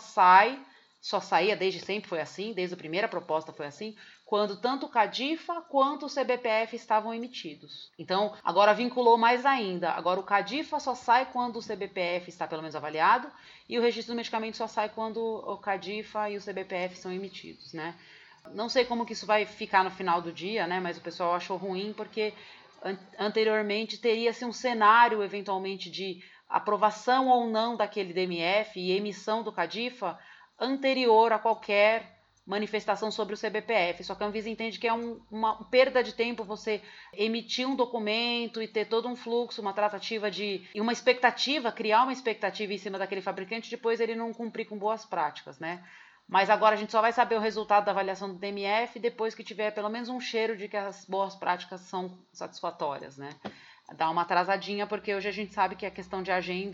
saía desde sempre, foi assim, desde a primeira proposta foi assim, quando tanto o CADIFA quanto o CBPF estavam emitidos. Então, agora vinculou mais ainda. Agora o CADIFA só sai quando o CBPF está pelo menos avaliado e o registro do medicamento só sai quando o CADIFA e o CBPF são emitidos, né? Não sei como que isso vai ficar no final do dia, né? Mas o pessoal achou ruim porque anteriormente teria-se um cenário, eventualmente, de aprovação ou não daquele DMF e emissão do CADIFA anterior a qualquer manifestação sobre o CBPF. Só que a Anvisa entende que é uma perda de tempo você emitir um documento e ter todo um fluxo, uma tratativa e uma expectativa, criar uma expectativa em cima daquele fabricante, depois ele não cumprir com boas práticas, né? Mas agora a gente só vai saber o resultado da avaliação do DMF depois que tiver pelo menos um cheiro de que as boas práticas são satisfatórias, né? Dá uma atrasadinha, porque hoje a gente sabe que a questão de agenda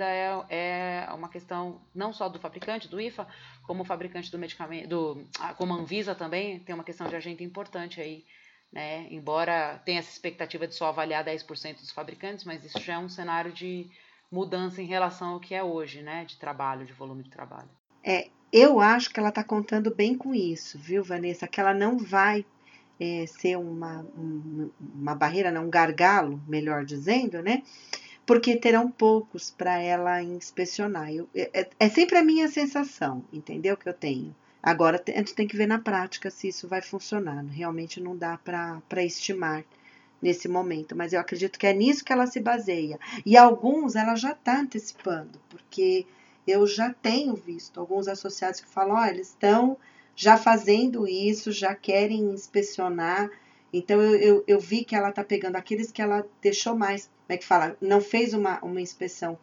é uma questão não só do fabricante, do IFA, como o fabricante do medicamento, como a Anvisa também, tem uma questão de agenda importante aí, né? Embora tenha essa expectativa de só avaliar 10% dos fabricantes, mas isso já é um cenário de mudança em relação ao que é hoje, né? De trabalho, de volume de trabalho. Eu acho que ela está contando bem com isso, viu, Vanessa? Que ela não vai ser uma barreira, não, um gargalo, melhor dizendo, né? Porque terão poucos para ela inspecionar. É sempre a minha sensação, entendeu? Que eu tenho. Agora, a gente tem que ver na prática se isso vai funcionar. Realmente não dá para estimar nesse momento, mas eu acredito que é nisso que ela se baseia. E alguns ela já está antecipando, porque eu já tenho visto alguns associados que falam, eles estão já fazendo isso, já querem inspecionar. Então, eu vi que ela está pegando aqueles que ela deixou mais, como é que fala, não fez uma inspeção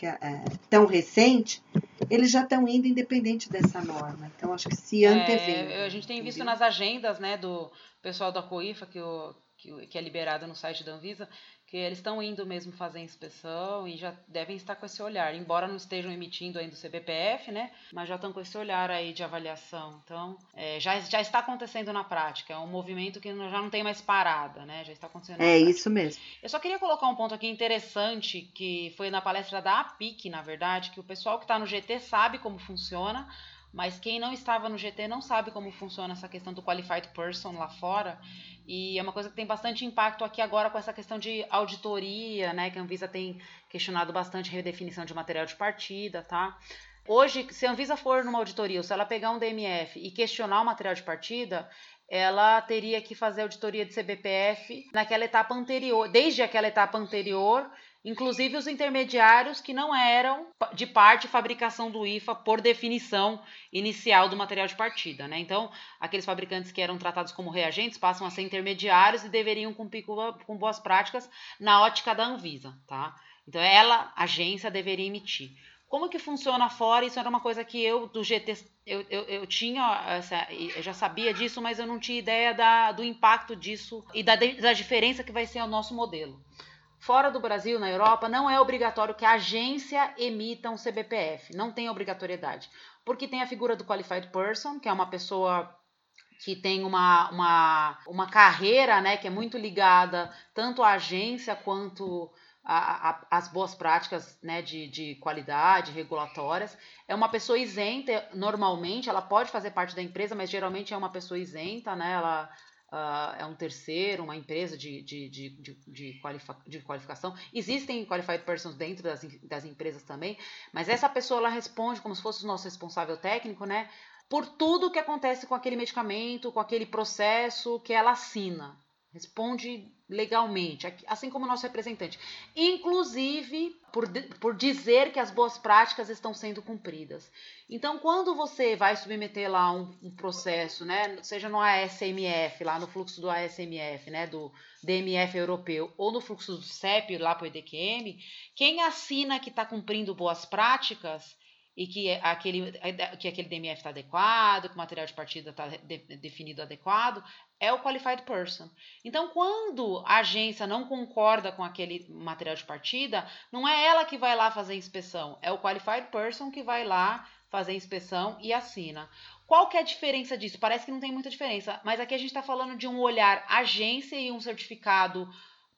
tão recente, eles já estão indo independente dessa norma. Então, acho que se antevendo. A gente tem visto nas agendas, né, do pessoal da COIFA, que é liberada no site da Anvisa, que eles estão indo mesmo fazer inspeção e já devem estar com esse olhar, embora não estejam emitindo ainda o CBPF, né? Mas já estão com esse olhar aí de avaliação. Então, já está acontecendo na prática, é um movimento que já não tem mais parada, né? Já está acontecendo na prática. Isso mesmo. Eu só queria colocar um ponto aqui interessante, que foi na palestra da APIC, na verdade, que o pessoal que está no GT sabe como funciona, mas quem não estava no GT não sabe como funciona essa questão do Qualified Person lá fora. E é uma coisa que tem bastante impacto aqui agora com essa questão de auditoria, né? Que a Anvisa tem questionado bastante a redefinição de material de partida, tá? Hoje, se a Anvisa for numa auditoria, ou se ela pegar um DMF e questionar o material de partida, ela teria que fazer auditoria de CBPF naquela etapa anterior, desde aquela etapa anterior, inclusive os intermediários que não eram de parte fabricação do IFA por definição inicial do material de partida, né? Então, aqueles fabricantes que eram tratados como reagentes passam a ser intermediários e deveriam cumprir com boas práticas na ótica da Anvisa, tá? Então, ela, agência, deveria emitir. Como que funciona fora? Isso era uma coisa que eu, do GT, eu já sabia disso, mas eu não tinha ideia do impacto disso e da diferença que vai ser o nosso modelo. Fora do Brasil, na Europa, não é obrigatório que a agência emita um CBPF. Não tem obrigatoriedade. Porque tem a figura do Qualified Person, que é uma pessoa que tem uma carreira, né, que é muito ligada tanto à agência quanto às boas práticas, né, de qualidade, regulatórias. É uma pessoa isenta, normalmente, ela pode fazer parte da empresa, mas geralmente é uma pessoa isenta, né, ela é um terceiro, uma empresa de qualificação. Existem qualified persons dentro das empresas também, mas essa pessoa ela responde como se fosse o nosso responsável técnico, né, por tudo que acontece com aquele medicamento, com aquele processo que ela assina. Responde legalmente, assim como o nosso representante. Inclusive, por dizer que as boas práticas estão sendo cumpridas. Então, quando você vai submeter lá um processo, né, seja no ASMF, lá no fluxo do ASMF, né, do DMF europeu, ou no fluxo do CEP, lá para o EDQM, quem assina que está cumprindo boas práticas e que aquele DMF está adequado, que o material de partida está definido adequado, é o Qualified Person. Então, quando a agência não concorda com aquele material de partida, não é ela que vai lá fazer a inspeção, é o Qualified Person que vai lá fazer a inspeção e assina. Qual que é a diferença disso? Parece que não tem muita diferença, mas aqui a gente está falando de um olhar agência e um certificado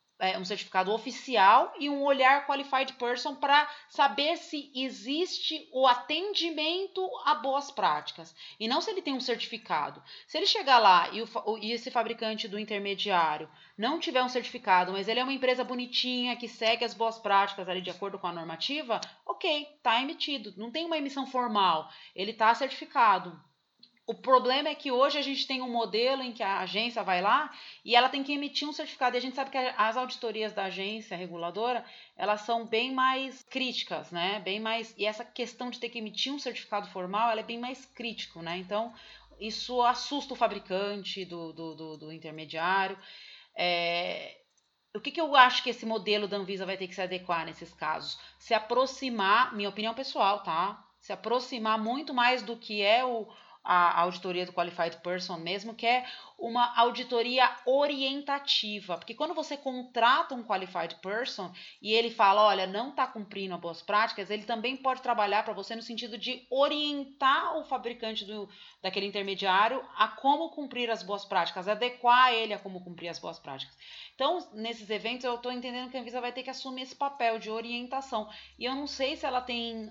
oficial e um olhar qualified person para saber se existe o atendimento a boas práticas. E não se ele tem um certificado. Se ele chegar lá e esse fabricante do intermediário não tiver um certificado, mas ele é uma empresa bonitinha que segue as boas práticas ali de acordo com a normativa, ok, está emitido. Não tem uma emissão formal, ele está certificado. O problema é que hoje a gente tem um modelo em que a agência vai lá e ela tem que emitir um certificado. E a gente sabe que as auditorias da agência reguladora, elas são bem mais críticas, né? E essa questão de ter que emitir um certificado formal, ela é bem mais crítico, né? Então, isso assusta o fabricante do intermediário. O que eu acho que esse modelo da Anvisa vai ter que se adequar nesses casos? Se aproximar, minha opinião pessoal, tá? Se aproximar muito mais do que é a auditoria do Qualified Person mesmo, que é uma auditoria orientativa, porque quando você contrata um Qualified Person e ele fala, olha, não está cumprindo as boas práticas, ele também pode trabalhar para você no sentido de orientar o fabricante daquele intermediário a como cumprir as boas práticas, adequar ele a como cumprir as boas práticas. Então, nesses eventos, eu estou entendendo que a Anvisa vai ter que assumir esse papel de orientação, e eu não sei se ela tem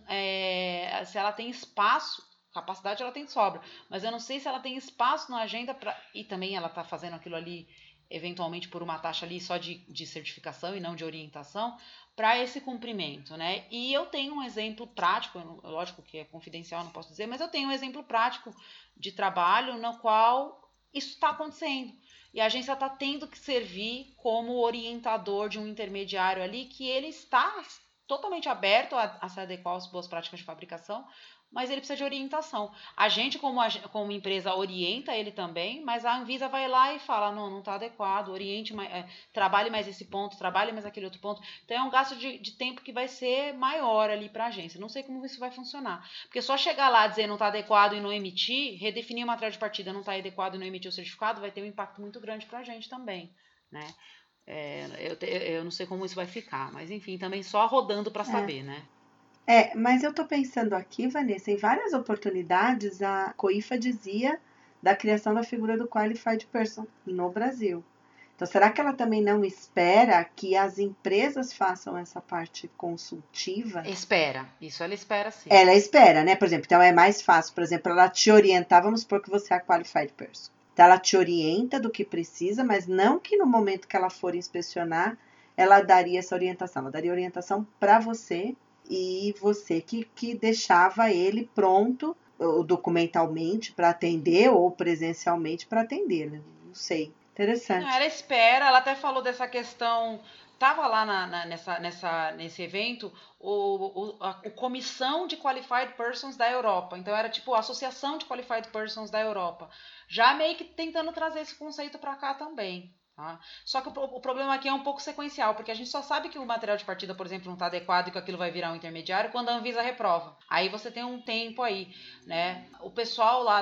espaço. Capacidade ela tem de sobra, mas eu não sei se ela tem espaço na agenda e também ela está fazendo aquilo ali eventualmente por uma taxa ali só de certificação e não de orientação para esse cumprimento, né? E eu tenho um exemplo prático, lógico que é confidencial, não posso dizer, mas eu tenho um exemplo prático de trabalho no qual isso está acontecendo. E a agência está tendo que servir como orientador de um intermediário ali que ele está totalmente aberto a se adequar às boas práticas de fabricação, mas ele precisa de orientação. A gente, como empresa, orienta ele também, mas a Anvisa vai lá e fala, não está adequado, oriente, trabalhe mais esse ponto, trabalhe mais aquele outro ponto. Então, é um gasto de tempo que vai ser maior ali para a agência. Não sei como isso vai funcionar. Porque só chegar lá, dizer não está adequado e não emitir, redefinir o material de partida, não está adequado e não emitir o certificado, vai ter um impacto muito grande para a gente também, né? Eu não sei como isso vai ficar, mas enfim, também só rodando para saber, né? Mas eu estou pensando aqui, Vanessa, em várias oportunidades a COIFA dizia da criação da figura do Qualified Person no Brasil. Então, será que ela também não espera que as empresas façam essa parte consultiva? Espera, isso ela espera sim. Ela espera, né? Por exemplo, então é mais fácil, por exemplo, ela te orientar, vamos supor que você é a Qualified Person. Então, ela te orienta do que precisa, mas não que no momento que ela for inspecionar, ela daria essa orientação. Ela daria orientação para você e você que deixava ele pronto documentalmente para atender ou presencialmente para atender, né? Não sei. Interessante. Não, ela espera, ela até falou dessa questão, estava lá nesse evento a Comissão de Qualified Persons da Europa, então era tipo a Associação de Qualified Persons da Europa, já meio que tentando trazer esse conceito para cá também. Tá? Só que o problema aqui é um pouco sequencial, porque a gente só sabe que o material de partida, por exemplo, não está adequado e que aquilo vai virar um intermediário quando a Anvisa reprova. Aí você tem um tempo aí, né? O pessoal lá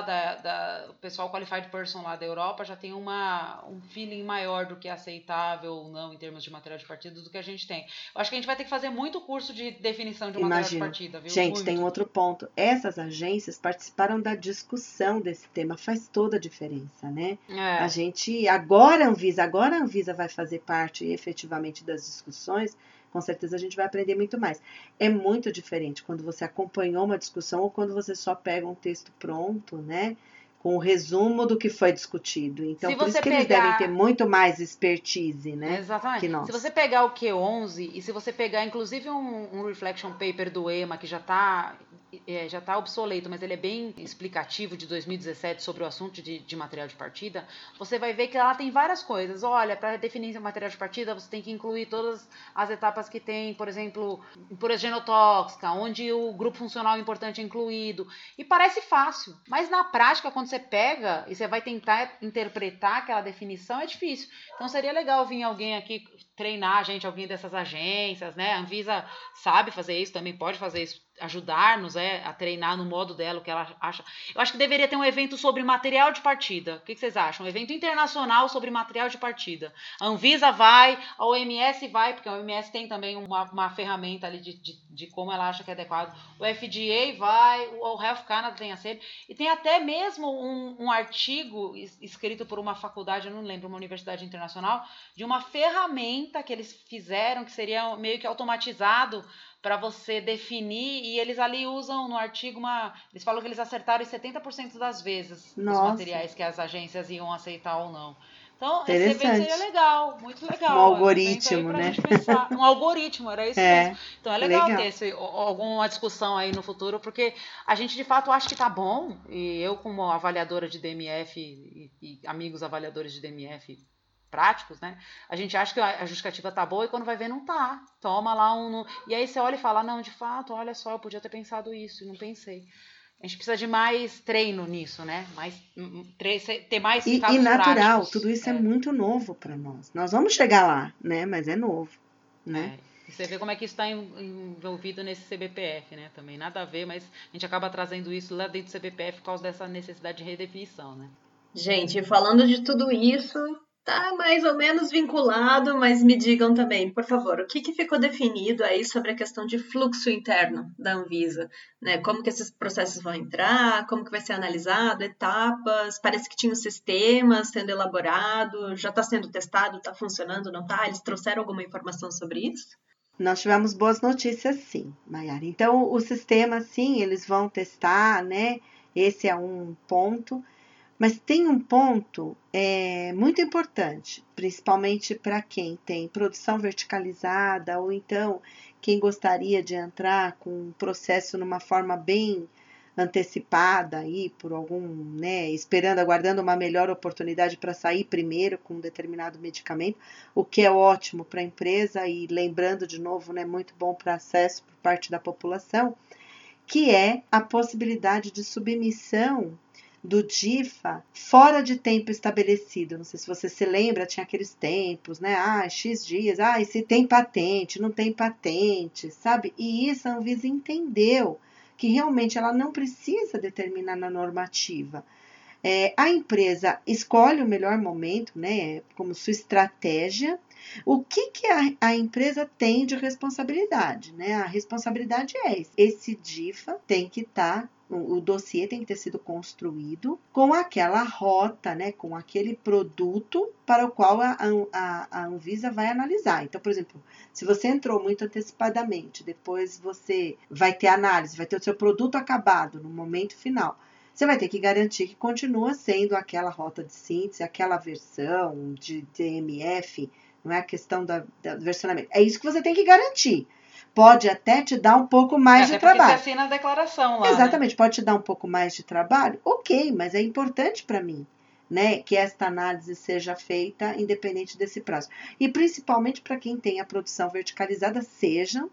o pessoal qualified person lá da Europa já tem um feeling maior do que é aceitável ou não em termos de material de partida do que a gente tem. Eu acho que a gente vai ter que fazer muito curso de definição de material de partida, viu? Gente, muito. tem um outro ponto. Essas agências participaram da discussão desse tema, faz toda a diferença, né? A gente, agora a Anvisa vai fazer parte efetivamente das discussões, com certeza a gente vai aprender muito mais. É muito diferente quando você acompanhou uma discussão ou quando você só pega um texto pronto, né? Com o resumo do que foi discutido. Então, por isso que eles devem ter muito mais expertise, né? Exatamente. Que nós. Se você pegar o Q11 e se você pegar, inclusive, um reflection paper do EMA, que já está obsoleto, mas ele é bem explicativo, de 2017, sobre o assunto de material de partida, você vai ver que lá tem várias coisas. Olha, para definir o material de partida, você tem que incluir todas as etapas que tem, por exemplo, impureza genotóxica, onde o grupo funcional importante é incluído. E parece fácil, mas na prática, quando você pega e você vai tentar interpretar aquela definição, é difícil. Então seria legal vir alguém aqui treinar a gente, alguém dessas agências, né? A Anvisa sabe fazer isso, também pode fazer isso, ajudar-nos a treinar no modo dela o que ela acha. Eu acho que deveria ter um evento sobre material de partida. O que vocês acham? Um evento internacional sobre material de partida. A Anvisa vai, a OMS vai, porque a OMS tem também uma ferramenta ali de como ela acha que é adequado. O FDA vai, o Health Canada tem a sede. E tem até mesmo um artigo escrito por uma faculdade, eu não lembro, uma universidade internacional, de uma ferramenta que eles fizeram, que seria meio que automatizado para você definir, e eles ali usam no artigo eles falam que eles acertaram em 70% das vezes os materiais que as agências iam aceitar ou não. Então, esse evento seria legal, muito legal. Um algoritmo, né? Gente pensar. Um algoritmo, era isso mesmo. Então, é legal ter alguma discussão aí no futuro, porque a gente, de fato, acha que tá bom, e eu, como avaliadora de DMF e amigos avaliadores de DMF práticos, né? A gente acha que a justificativa tá boa e quando vai ver não tá. Toma lá e aí você olha e fala, não, de fato, olha só, eu podia ter pensado isso e não pensei. A gente precisa de mais treino nisso, né? Ter mais casos práticos. E natural, tudo isso é muito novo para nós. Nós vamos chegar lá, né? Mas é novo, né? E você vê como é que isso está envolvido nesse CBPF, né? Também nada a ver, mas a gente acaba trazendo isso lá dentro do CBPF por causa dessa necessidade de redefinição, né? Gente, falando de tudo isso, tá mais ou menos vinculado, mas me digam também, por favor, o que ficou definido aí sobre a questão de fluxo interno da Anvisa, né? Como que esses processos vão entrar, como que vai ser analisado, etapas, parece que tinha um sistema sendo elaborado, já está sendo testado, está funcionando, não está? Eles trouxeram alguma informação sobre isso? Nós tivemos boas notícias, sim, Maiara. Então, o sistema, sim, eles vão testar, né? Esse é um ponto. Mas tem um ponto muito importante, principalmente para quem tem produção verticalizada ou então quem gostaria de entrar com um processo numa forma bem antecipada aí por algum, né, aguardando uma melhor oportunidade para sair primeiro com um determinado medicamento, o que é ótimo para a empresa e lembrando de novo, né, muito bom para acesso por parte da população, que é a possibilidade de submissão do DIFA fora de tempo estabelecido. Não sei se você se lembra, tinha aqueles tempos, né? X dias, e se tem patente, não tem patente, sabe? E isso a Anvisa entendeu que realmente ela não precisa determinar na normativa. A empresa escolhe o melhor momento, né? Como sua estratégia. O que a empresa tem de responsabilidade, né? A responsabilidade é esse DIFA tem que estar o dossiê tem que ter sido construído com aquela rota, né, com aquele produto para o qual a Anvisa vai analisar. Então, por exemplo, se você entrou muito antecipadamente, depois você vai ter análise, vai ter o seu produto acabado no momento final, você vai ter que garantir que continua sendo aquela rota de síntese, aquela versão de DMF, não é a questão do versionamento. É isso que você tem que garantir. Pode até te dar um pouco mais de trabalho. Você assina a declaração lá. Exatamente, né? Pode te dar um pouco mais de trabalho? Ok, mas é importante para mim, né, que esta análise seja feita independente desse prazo. E principalmente para quem tem a produção verticalizada, sejam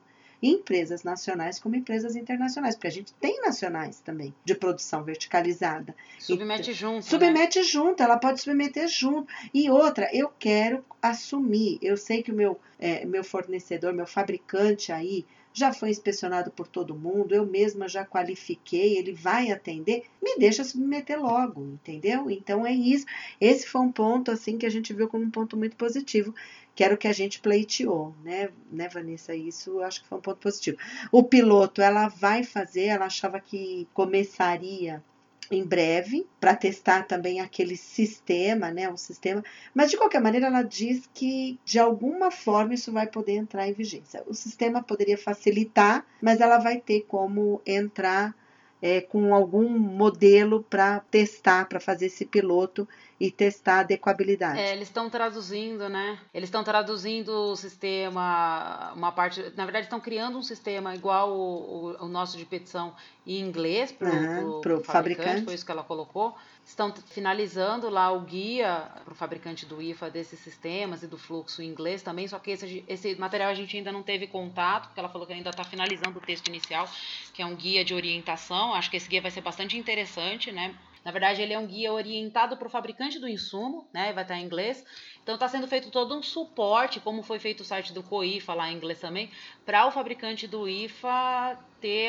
empresas nacionais como empresas internacionais, porque a gente tem nacionais também, de produção verticalizada. Submete junto, Submete junto, ela pode submeter junto. E outra, eu quero assumir, eu sei que o meu fornecedor, meu fabricante aí, já foi inspecionado por todo mundo, eu mesma já qualifiquei, ele vai atender, me deixa submeter logo, entendeu? Então é isso. Esse foi um ponto assim que a gente viu como um ponto muito positivo, que era o que a gente pleiteou, né, Vanessa? Isso eu acho que foi um ponto positivo. O piloto, ela vai fazer, ela achava que começaria em breve, para testar também aquele sistema, né, um sistema, mas de qualquer maneira ela diz que de alguma forma isso vai poder entrar em vigência. O sistema poderia facilitar, mas ela vai ter como entrar com algum modelo para testar, para fazer esse piloto e testar a adequabilidade. Eles estão traduzindo, né? Eles estão traduzindo o sistema, uma parte. Na verdade, estão criando um sistema igual o nosso de petição em inglês para o fabricante, foi isso que ela colocou. Estão finalizando lá o guia para o fabricante do IFA desses sistemas e do fluxo em inglês também, só que esse material a gente ainda não teve contato, porque ela falou que ainda está finalizando o texto inicial, que é um guia de orientação. Acho que esse guia vai ser bastante interessante, né? Na verdade, ele é um guia orientado para o fabricante do insumo, né? Vai estar em inglês. Então, está sendo feito todo um suporte, como foi feito o site do COIFA, lá em inglês também, para o fabricante do IFA ter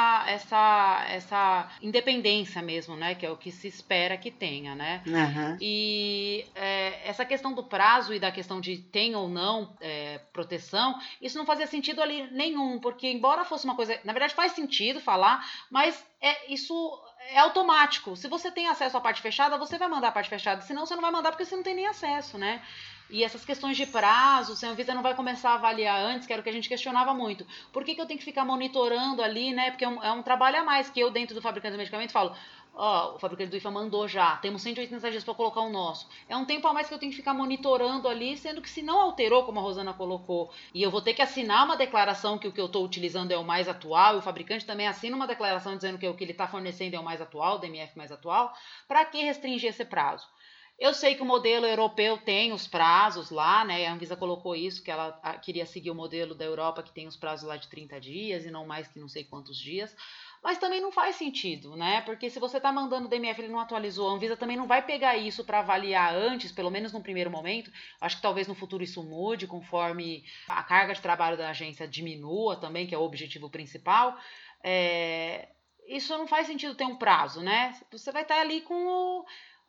essa independência mesmo, né? Que é o que se espera que tenha, né? Uhum. E essa questão do prazo e da questão de tem ou não proteção, isso não fazia sentido ali nenhum, porque embora fosse uma coisa... Na verdade, faz sentido falar, mas isso... é automático. Se você tem acesso à parte fechada, você vai mandar a parte fechada. Senão, você não vai mandar porque você não tem nem acesso, né? E essas questões de prazo, se a Anvisa não vai começar a avaliar antes, que era o que a gente questionava muito. Por que eu tenho que ficar monitorando ali, né? Porque é um trabalho a mais que eu, dentro do fabricante do medicamento, falo... o fabricante do IFA mandou já, temos 180 dias para colocar o nosso. É um tempo a mais que eu tenho que ficar monitorando ali, sendo que se não alterou, como a Rosana colocou, e eu vou ter que assinar uma declaração que o que eu estou utilizando é o mais atual, e o fabricante também assina uma declaração dizendo que o que ele está fornecendo é o mais atual, o DMF mais atual, para que restringir esse prazo? Eu sei que o modelo europeu tem os prazos lá, né? A Anvisa colocou isso, que ela queria seguir o modelo da Europa, que tem os prazos lá de 30 dias e não mais que não sei quantos dias. Mas também não faz sentido, né? Porque se você está mandando o DMF e ele não atualizou, a Anvisa também não vai pegar isso para avaliar antes, pelo menos no primeiro momento. Acho que talvez no futuro isso mude, conforme a carga de trabalho da agência diminua também, que é o objetivo principal. Isso não faz sentido ter um prazo, né? Você vai estar ali com o...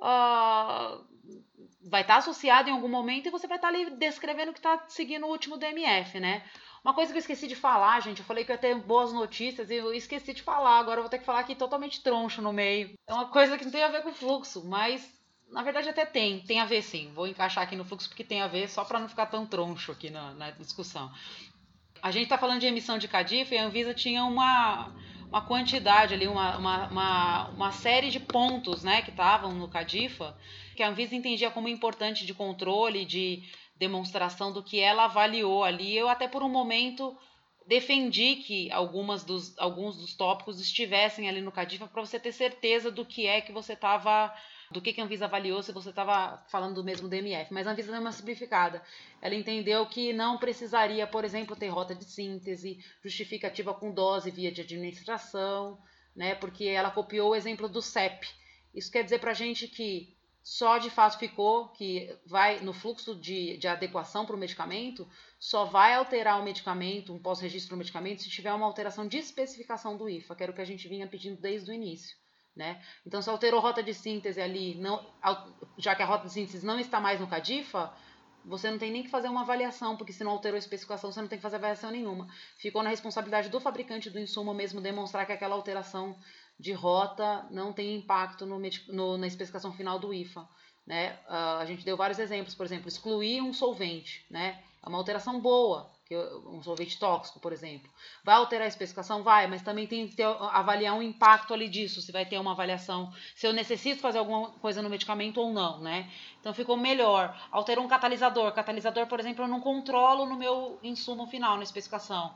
vai estar associado em algum momento e você vai estar ali descrevendo que está seguindo o último DMF, né? Uma coisa que eu esqueci de falar, gente, eu falei que eu ia ter boas notícias e eu esqueci de falar, agora eu vou ter que falar aqui totalmente troncho no meio. É uma coisa que não tem a ver com o fluxo, mas na verdade até tem a ver sim. Vou encaixar aqui no fluxo porque tem a ver, só para não ficar tão troncho aqui na discussão. A gente está falando de emissão de CADIFA e a Anvisa tinha uma quantidade ali, uma série de pontos, né, que estavam no CADIFA, que a Anvisa entendia como importante de controle, de demonstração do que ela avaliou ali. Eu até por um momento defendi que alguns dos tópicos estivessem ali no CADIFA para você ter certeza do que é que você estava... do que a Anvisa avaliou, se você estava falando do mesmo DMF. Mas a Anvisa deu uma simplificada. Ela entendeu que não precisaria, por exemplo, ter rota de síntese, justificativa com dose via de administração, né? Porque ela copiou o exemplo do CEP. Isso quer dizer para a gente que só de fato ficou que vai no fluxo de adequação para o medicamento, só vai alterar o medicamento, um pós-registro do medicamento, se tiver uma alteração de especificação do IFA, que era o que a gente vinha pedindo desde o início. Né? Então, se alterou rota de síntese ali, já que a rota de síntese não está mais no CADIFA, você não tem nem que fazer uma avaliação, porque se não alterou a especificação, você não tem que fazer avaliação nenhuma. Ficou na responsabilidade do fabricante do insumo mesmo demonstrar que aquela alteração de rota não tem impacto na especificação final do IFA. Né? A gente deu vários exemplos, por exemplo, excluir um solvente, né? É uma alteração boa, um solvente tóxico, por exemplo. Vai alterar a especificação? Vai, mas também tem que avaliar um impacto ali disso, se vai ter uma avaliação, se eu necessito fazer alguma coisa no medicamento ou não, né? Então ficou melhor. Alterou um catalisador. Catalisador, por exemplo, eu não controlo no meu insumo final, na especificação.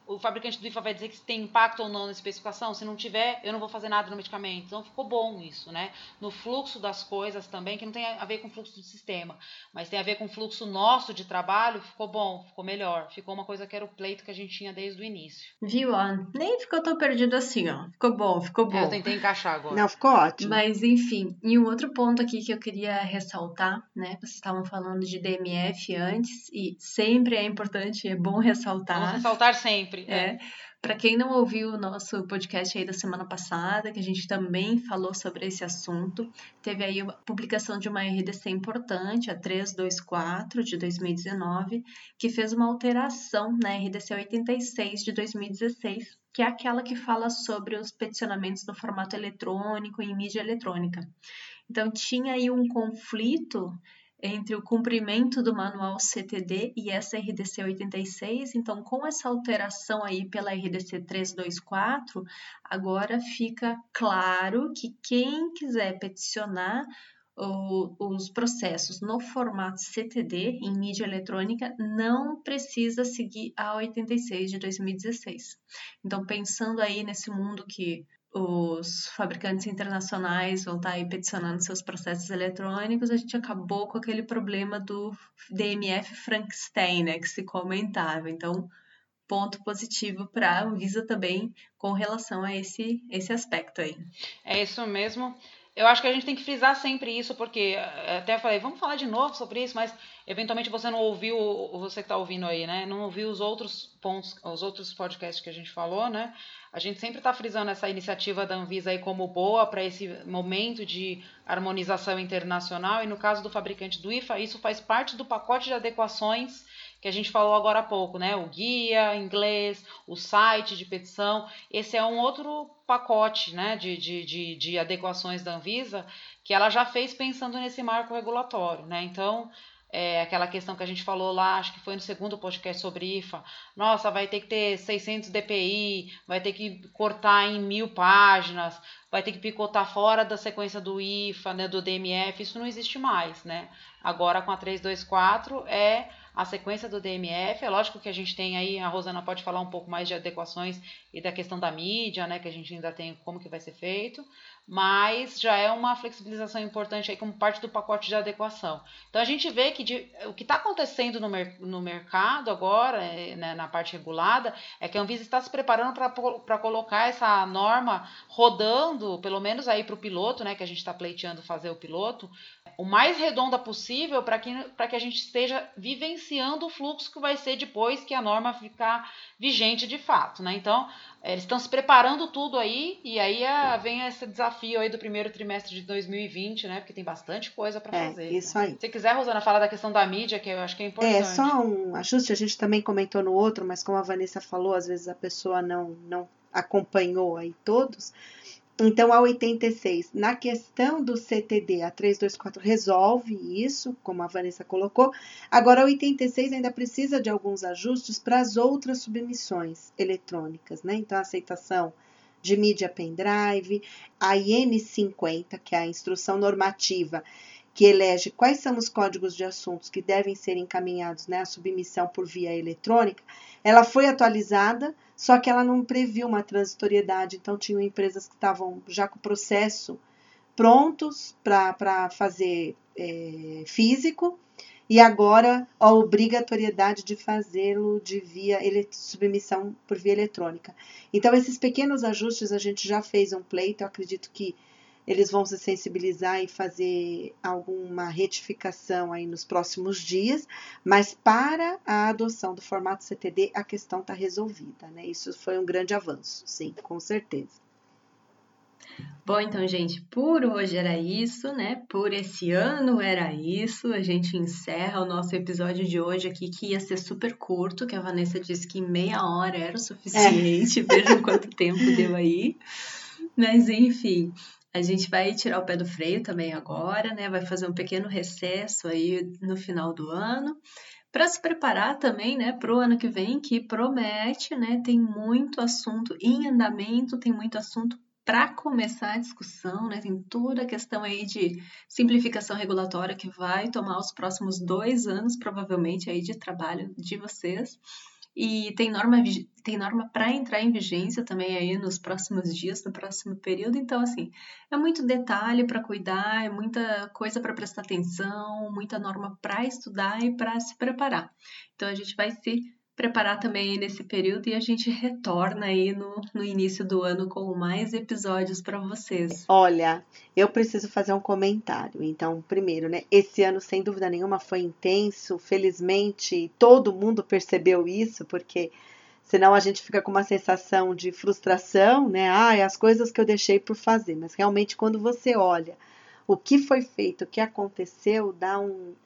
o fabricante do IFA vai dizer que tem impacto ou não na especificação. Se não tiver, eu não vou fazer nada no medicamento. Então ficou bom isso, né? No fluxo das coisas também, que não tem a ver com o fluxo do sistema, mas tem a ver com o fluxo nosso de trabalho, ficou bom, ficou melhor. Ficou uma coisa que era o pleito que a gente tinha desde o início. Viu, ó? Nem ficou tão perdido assim, ó. Ficou bom, ficou bom. Eu tentei encaixar agora. Não, ficou ótimo. Mas, enfim, e um outro ponto aqui que eu queria ressaltar, né? Vocês estavam falando de DMF antes, e sempre é importante, é bom ressaltar. Vamos ressaltar sempre. Para quem não ouviu o nosso podcast aí da semana passada, que a gente também falou sobre esse assunto, teve aí a publicação de uma RDC importante, a 324 de 2019, que fez uma alteração na RDC 86 de 2016, que é aquela que fala sobre os peticionamentos no formato eletrônico e em mídia eletrônica. Então, tinha aí um conflito entre o cumprimento do manual CTD e essa RDC 86, então com essa alteração aí pela RDC 324, agora fica claro que quem quiser peticionar os processos no formato CTD, em mídia eletrônica, não precisa seguir a 86 de 2016. Então, pensando aí nesse mundo que os fabricantes internacionais vão estar aí peticionando seus processos eletrônicos, a gente acabou com aquele problema do DMF Frankenstein, né, que se comentava. Então, ponto positivo para a Anvisa também com relação a esse aspecto aí. É isso mesmo. Eu acho que a gente tem que frisar sempre isso, porque até falei, vamos falar de novo sobre isso, mas eventualmente você não ouviu, você que está ouvindo aí, né? Não ouviu os outros pontos, os outros podcasts que a gente falou, né? A gente sempre está frisando essa iniciativa da Anvisa aí como boa para esse momento de harmonização internacional, e no caso do fabricante do IFA, isso faz parte do pacote de adequações que a gente falou agora há pouco, né? O guia em inglês, o site de petição, esse é um outro pacote, né, de adequações da Anvisa que ela já fez pensando nesse marco regulatório, né? Então, aquela questão que a gente falou lá, acho que foi no segundo podcast sobre IFA, nossa, vai ter que ter 600 DPI, vai ter que cortar em 1000 páginas, vai ter que picotar fora da sequência do IFA, né, do DMF, isso não existe mais, né? Agora com a 324 a sequência do DMF, é lógico que a gente tem aí, a Rosana pode falar um pouco mais de adequações e da questão da mídia, né, que a gente ainda tem como que vai ser feito, mas já é uma flexibilização importante aí como parte do pacote de adequação. Então a gente vê que o que está acontecendo no mercado agora, né, na parte regulada, é que a Anvisa está se preparando para colocar essa norma rodando, pelo menos aí para o piloto, né, que a gente está pleiteando fazer o piloto, o mais redonda possível para que a gente esteja vivenciando o fluxo que vai ser depois que a norma ficar vigente de fato, né? Então, eles estão se preparando tudo aí, e aí vem esse desafio aí do primeiro trimestre de 2020, né? Porque tem bastante coisa para fazer. Isso né? aí. Se quiser, Rosana, falar da questão da mídia, que eu acho que é importante. Só um ajuste, a gente também comentou no outro, mas como a Vanessa falou, às vezes a pessoa não acompanhou aí todos. Então, a 86, na questão do CTD, a 324 resolve isso, como a Vanessa colocou. Agora, a 86 ainda precisa de alguns ajustes para as outras submissões eletrônicas, né? Então, a aceitação de mídia pendrive, a IN50, que é a instrução normativa, que elege quais são os códigos de assuntos que devem ser encaminhados, né, à submissão por via eletrônica, ela foi atualizada, só que ela não previu uma transitoriedade, então tinham empresas que estavam já com o processo prontos para fazer físico, e agora a obrigatoriedade de fazê-lo de submissão por via eletrônica. Então, esses pequenos ajustes a gente já fez um pleito, eu acredito que eles vão se sensibilizar e fazer alguma retificação aí nos próximos dias, mas para a adoção do formato CTD, a questão está resolvida, né? Isso foi um grande avanço, sim, com certeza. Bom, então, gente, por hoje era isso, né? Por esse ano era isso. A gente encerra o nosso episódio de hoje aqui, que ia ser super curto, que a Vanessa disse que meia hora era o suficiente. Vejam quanto tempo deu aí. Mas, enfim, a gente vai tirar o pé do freio também agora, né? Vai fazer um pequeno recesso aí no final do ano, para se preparar também, né, para o ano que vem, que promete, né? Tem muito assunto em andamento, tem muito assunto para começar a discussão, né? Tem toda a questão aí de simplificação regulatória que vai tomar os próximos 2 anos, provavelmente, aí de trabalho de vocês. E tem norma para entrar em vigência também aí nos próximos dias, no próximo período. Então, assim, é muito detalhe para cuidar, é muita coisa para prestar atenção, muita norma para estudar e para se preparar. Então, a gente vai se preparar também aí nesse período e a gente retorna aí no início do ano com mais episódios para vocês. Olha, eu preciso fazer um comentário. Então, primeiro, né? Esse ano, sem dúvida nenhuma, foi intenso. Felizmente, todo mundo percebeu isso, porque senão a gente fica com uma sensação de frustração, né? Ah, as coisas que eu deixei por fazer. Mas realmente, quando você olha o que foi feito, o que aconteceu, dá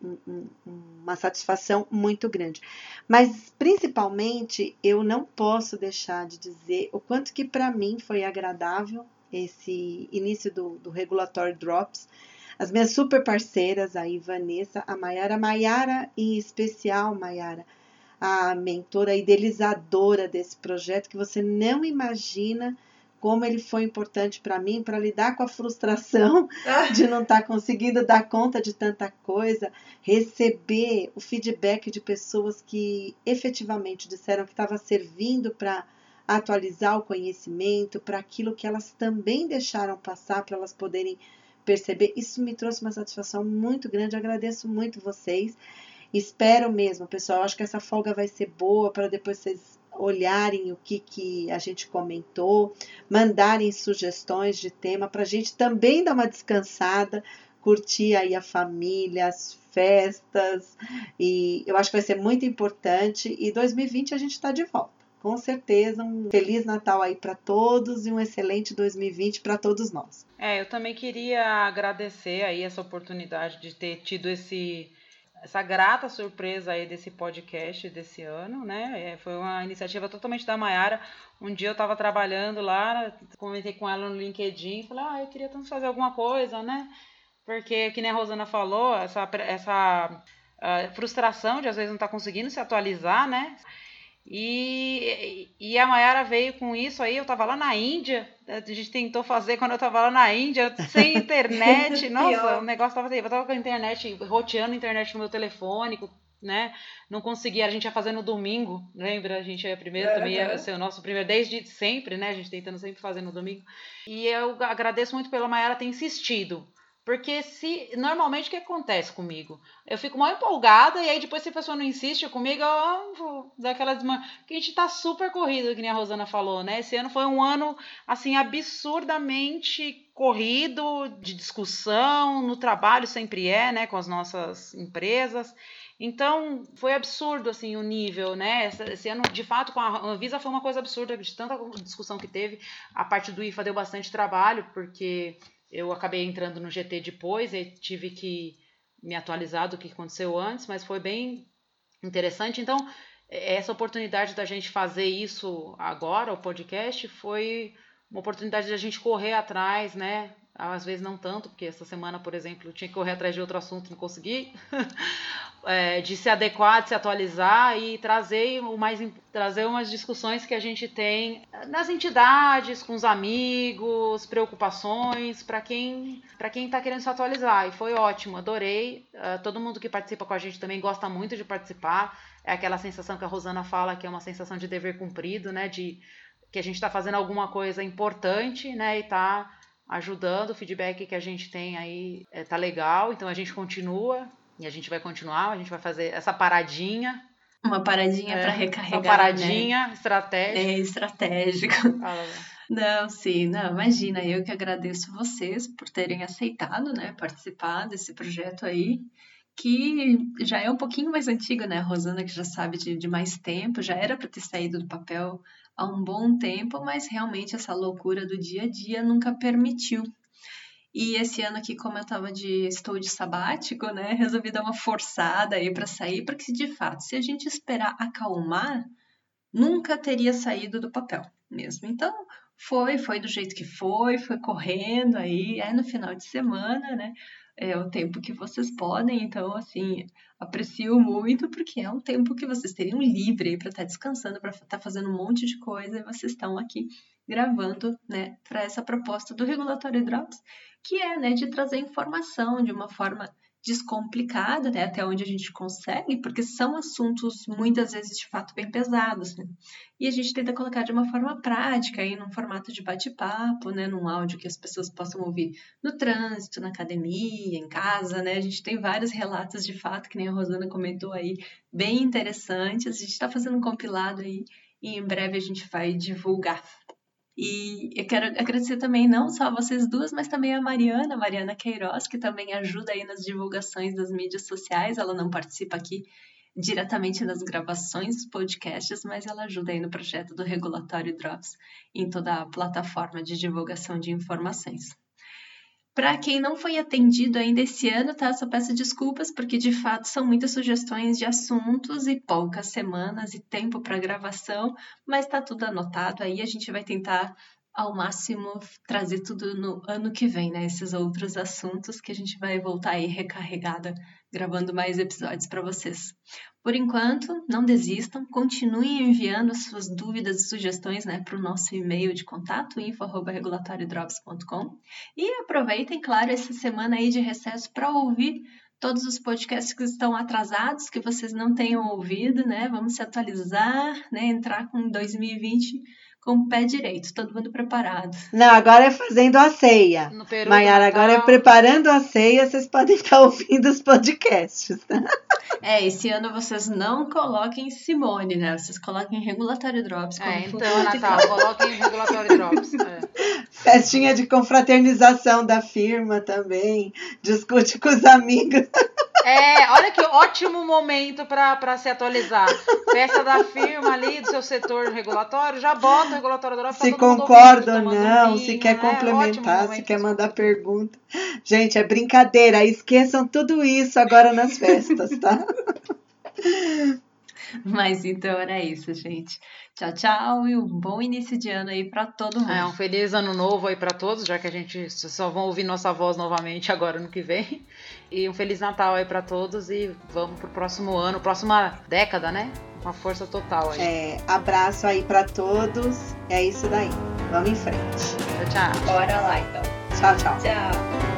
uma satisfação muito grande. Mas, principalmente, eu não posso deixar de dizer o quanto que para mim foi agradável esse início do Regulatório Drops. As minhas super parceiras, a Vanessa, a Maiara em especial, Maiara, a mentora idealizadora desse projeto, que você não imagina como ele foi importante para mim, para lidar com a frustração de não estar conseguindo dar conta de tanta coisa, receber o feedback de pessoas que efetivamente disseram que estava servindo para atualizar o conhecimento, para aquilo que elas também deixaram passar, para elas poderem perceber. Isso me trouxe uma satisfação muito grande, agradeço muito vocês. Espero mesmo, pessoal, acho que essa folga vai ser boa para depois vocês olharem o que a gente comentou, mandarem sugestões de tema para a gente também dar uma descansada, curtir aí a família, as festas, e eu acho que vai ser muito importante, e 2020 a gente está de volta, com certeza. Um Feliz Natal aí para todos e um excelente 2020 para todos nós. Eu também queria agradecer aí essa oportunidade de ter tido essa grata surpresa aí desse podcast desse ano, né? Foi uma iniciativa totalmente da Maiara. Um dia eu estava trabalhando lá, comentei com ela no LinkedIn, falei, eu queria tanto fazer alguma coisa, né? Porque, que nem a Rosana falou, essa frustração de às vezes não estar conseguindo se atualizar, né? E a Maiara veio com isso aí, eu tava lá na Índia, a gente tentou fazer quando eu tava lá na Índia, sem internet, nossa, o negócio tava terrível, eu tava com a internet, roteando a internet no meu telefone, né, não conseguia, a gente ia fazer no domingo, lembra, a gente ia primeiro, também ia ser o nosso primeiro, desde sempre, né, a gente tentando sempre fazer no domingo, e eu agradeço muito pela Maiara ter insistido. Porque normalmente o que acontece comigo? Eu fico mal empolgada e aí depois se a pessoa não insiste comigo, eu vou dar aquela desmancha. Porque a gente tá super corrido, que nem a Rosana falou, né? Esse ano foi um ano, assim, absurdamente corrido, de discussão, no trabalho sempre né? Com as nossas empresas. Então, foi absurdo, assim, o nível, né? Esse ano, de fato, com a Anvisa foi uma coisa absurda, de tanta discussão que teve. A parte do IFA deu bastante trabalho, porque eu acabei entrando no GT depois e tive que me atualizar do que aconteceu antes, mas foi bem interessante. Então, essa oportunidade da gente fazer isso agora, o podcast, foi uma oportunidade de a gente correr atrás, né? Às vezes não tanto, porque essa semana, por exemplo, eu tinha que correr atrás de outro assunto e não consegui. De se adequar, de se atualizar e trazer umas discussões que a gente tem nas entidades, com os amigos, preocupações, para quem está querendo se atualizar. E foi ótimo, adorei. Todo mundo que participa com a gente também gosta muito de participar. É aquela sensação que a Rosana fala, que é uma sensação de dever cumprido, né? De que a gente está fazendo alguma coisa importante, né? E está ajudando. O feedback que a gente tem aí tá legal, então a gente continua. E a gente vai continuar, a gente vai fazer essa paradinha. Uma paradinha para recarregar. Uma paradinha, né? Estratégica. Estratégica. Não, sim, não, imagina, eu que agradeço vocês por terem aceitado, né, participar desse projeto aí, que já é um pouquinho mais antigo, né, a Rosana que já sabe de mais tempo, já era para ter saído do papel há um bom tempo, mas realmente essa loucura do dia a dia nunca permitiu. E esse ano aqui, como eu estou de sabático, né, resolvi dar uma forçada aí para sair, porque de fato, se a gente esperar acalmar, nunca teria saído do papel mesmo. Então, foi do jeito que foi correndo aí no final de semana, né, é o tempo que vocês podem, então, assim, aprecio muito, porque é um tempo que vocês teriam livre aí para estar descansando, para estar fazendo um monte de coisa, e vocês estão aqui gravando, né, para essa proposta do Regulatório Drops, que é, né, de trazer informação de uma forma descomplicada, né, até onde a gente consegue, porque são assuntos muitas vezes de fato bem pesados, né? E a gente tenta colocar de uma forma prática, aí num formato de bate-papo, né, num áudio que as pessoas possam ouvir no trânsito, na academia, em casa, né? A gente tem vários relatos de fato, que nem a Rosana comentou aí, bem interessantes. A gente está fazendo um compilado aí e em breve a gente vai divulgar. E eu quero agradecer também não só a vocês duas, mas também a Mariana Queiroz, que também ajuda aí nas divulgações das mídias sociais. Ela não participa aqui diretamente nas gravações dos podcasts, mas ela ajuda aí no projeto do Regulatório Drops em toda a plataforma de divulgação de informações. Para quem não foi atendido ainda esse ano, tá? Só peço desculpas, porque de fato são muitas sugestões de assuntos e poucas semanas e tempo para gravação, mas tá tudo anotado aí, a gente vai tentar ao máximo trazer tudo no ano que vem, né? Esses outros assuntos que a gente vai voltar aí recarregada, gravando mais episódios para vocês. Por enquanto, não desistam, continuem enviando suas dúvidas e sugestões, né, para o nosso e-mail de contato, info@regulatoriodrops.com, e aproveitem, claro, essa semana aí de recesso para ouvir todos os podcasts que estão atrasados, que vocês não tenham ouvido, né? Vamos se atualizar, né? Entrar com 2020 com o pé direito, todo mundo preparado. Não, agora é fazendo a ceia. Maiara, agora é preparando a ceia, vocês podem estar ouvindo os podcasts. Tá? Esse ano vocês não coloquem Simone, né? Vocês coloquem Regulatório Drops. Então, Natal, coloquem Regulatório Drops. Festinha de confraternização da firma também. Discute com os amigos. Olha que ótimo momento para se atualizar. Festa da firma ali, do seu setor regulatório, já bota o Regulatório Drops. Se concorda ou não, se quer complementar, se quer mandar pergunta. Gente, é brincadeira, esqueçam tudo isso agora nas festas, tá? Mas então era isso, gente. Tchau, tchau e um bom início de ano aí para todo mundo. Um feliz ano novo aí para todos, já que a gente só vão ouvir nossa voz novamente agora no que vem. E um feliz Natal aí para todos e vamos pro próximo ano, próxima década, né? Uma força total aí. Abraço aí para todos. É isso daí. Vamos em frente. Tchau, tchau. Bora lá então. Tchau, tchau. Tchau.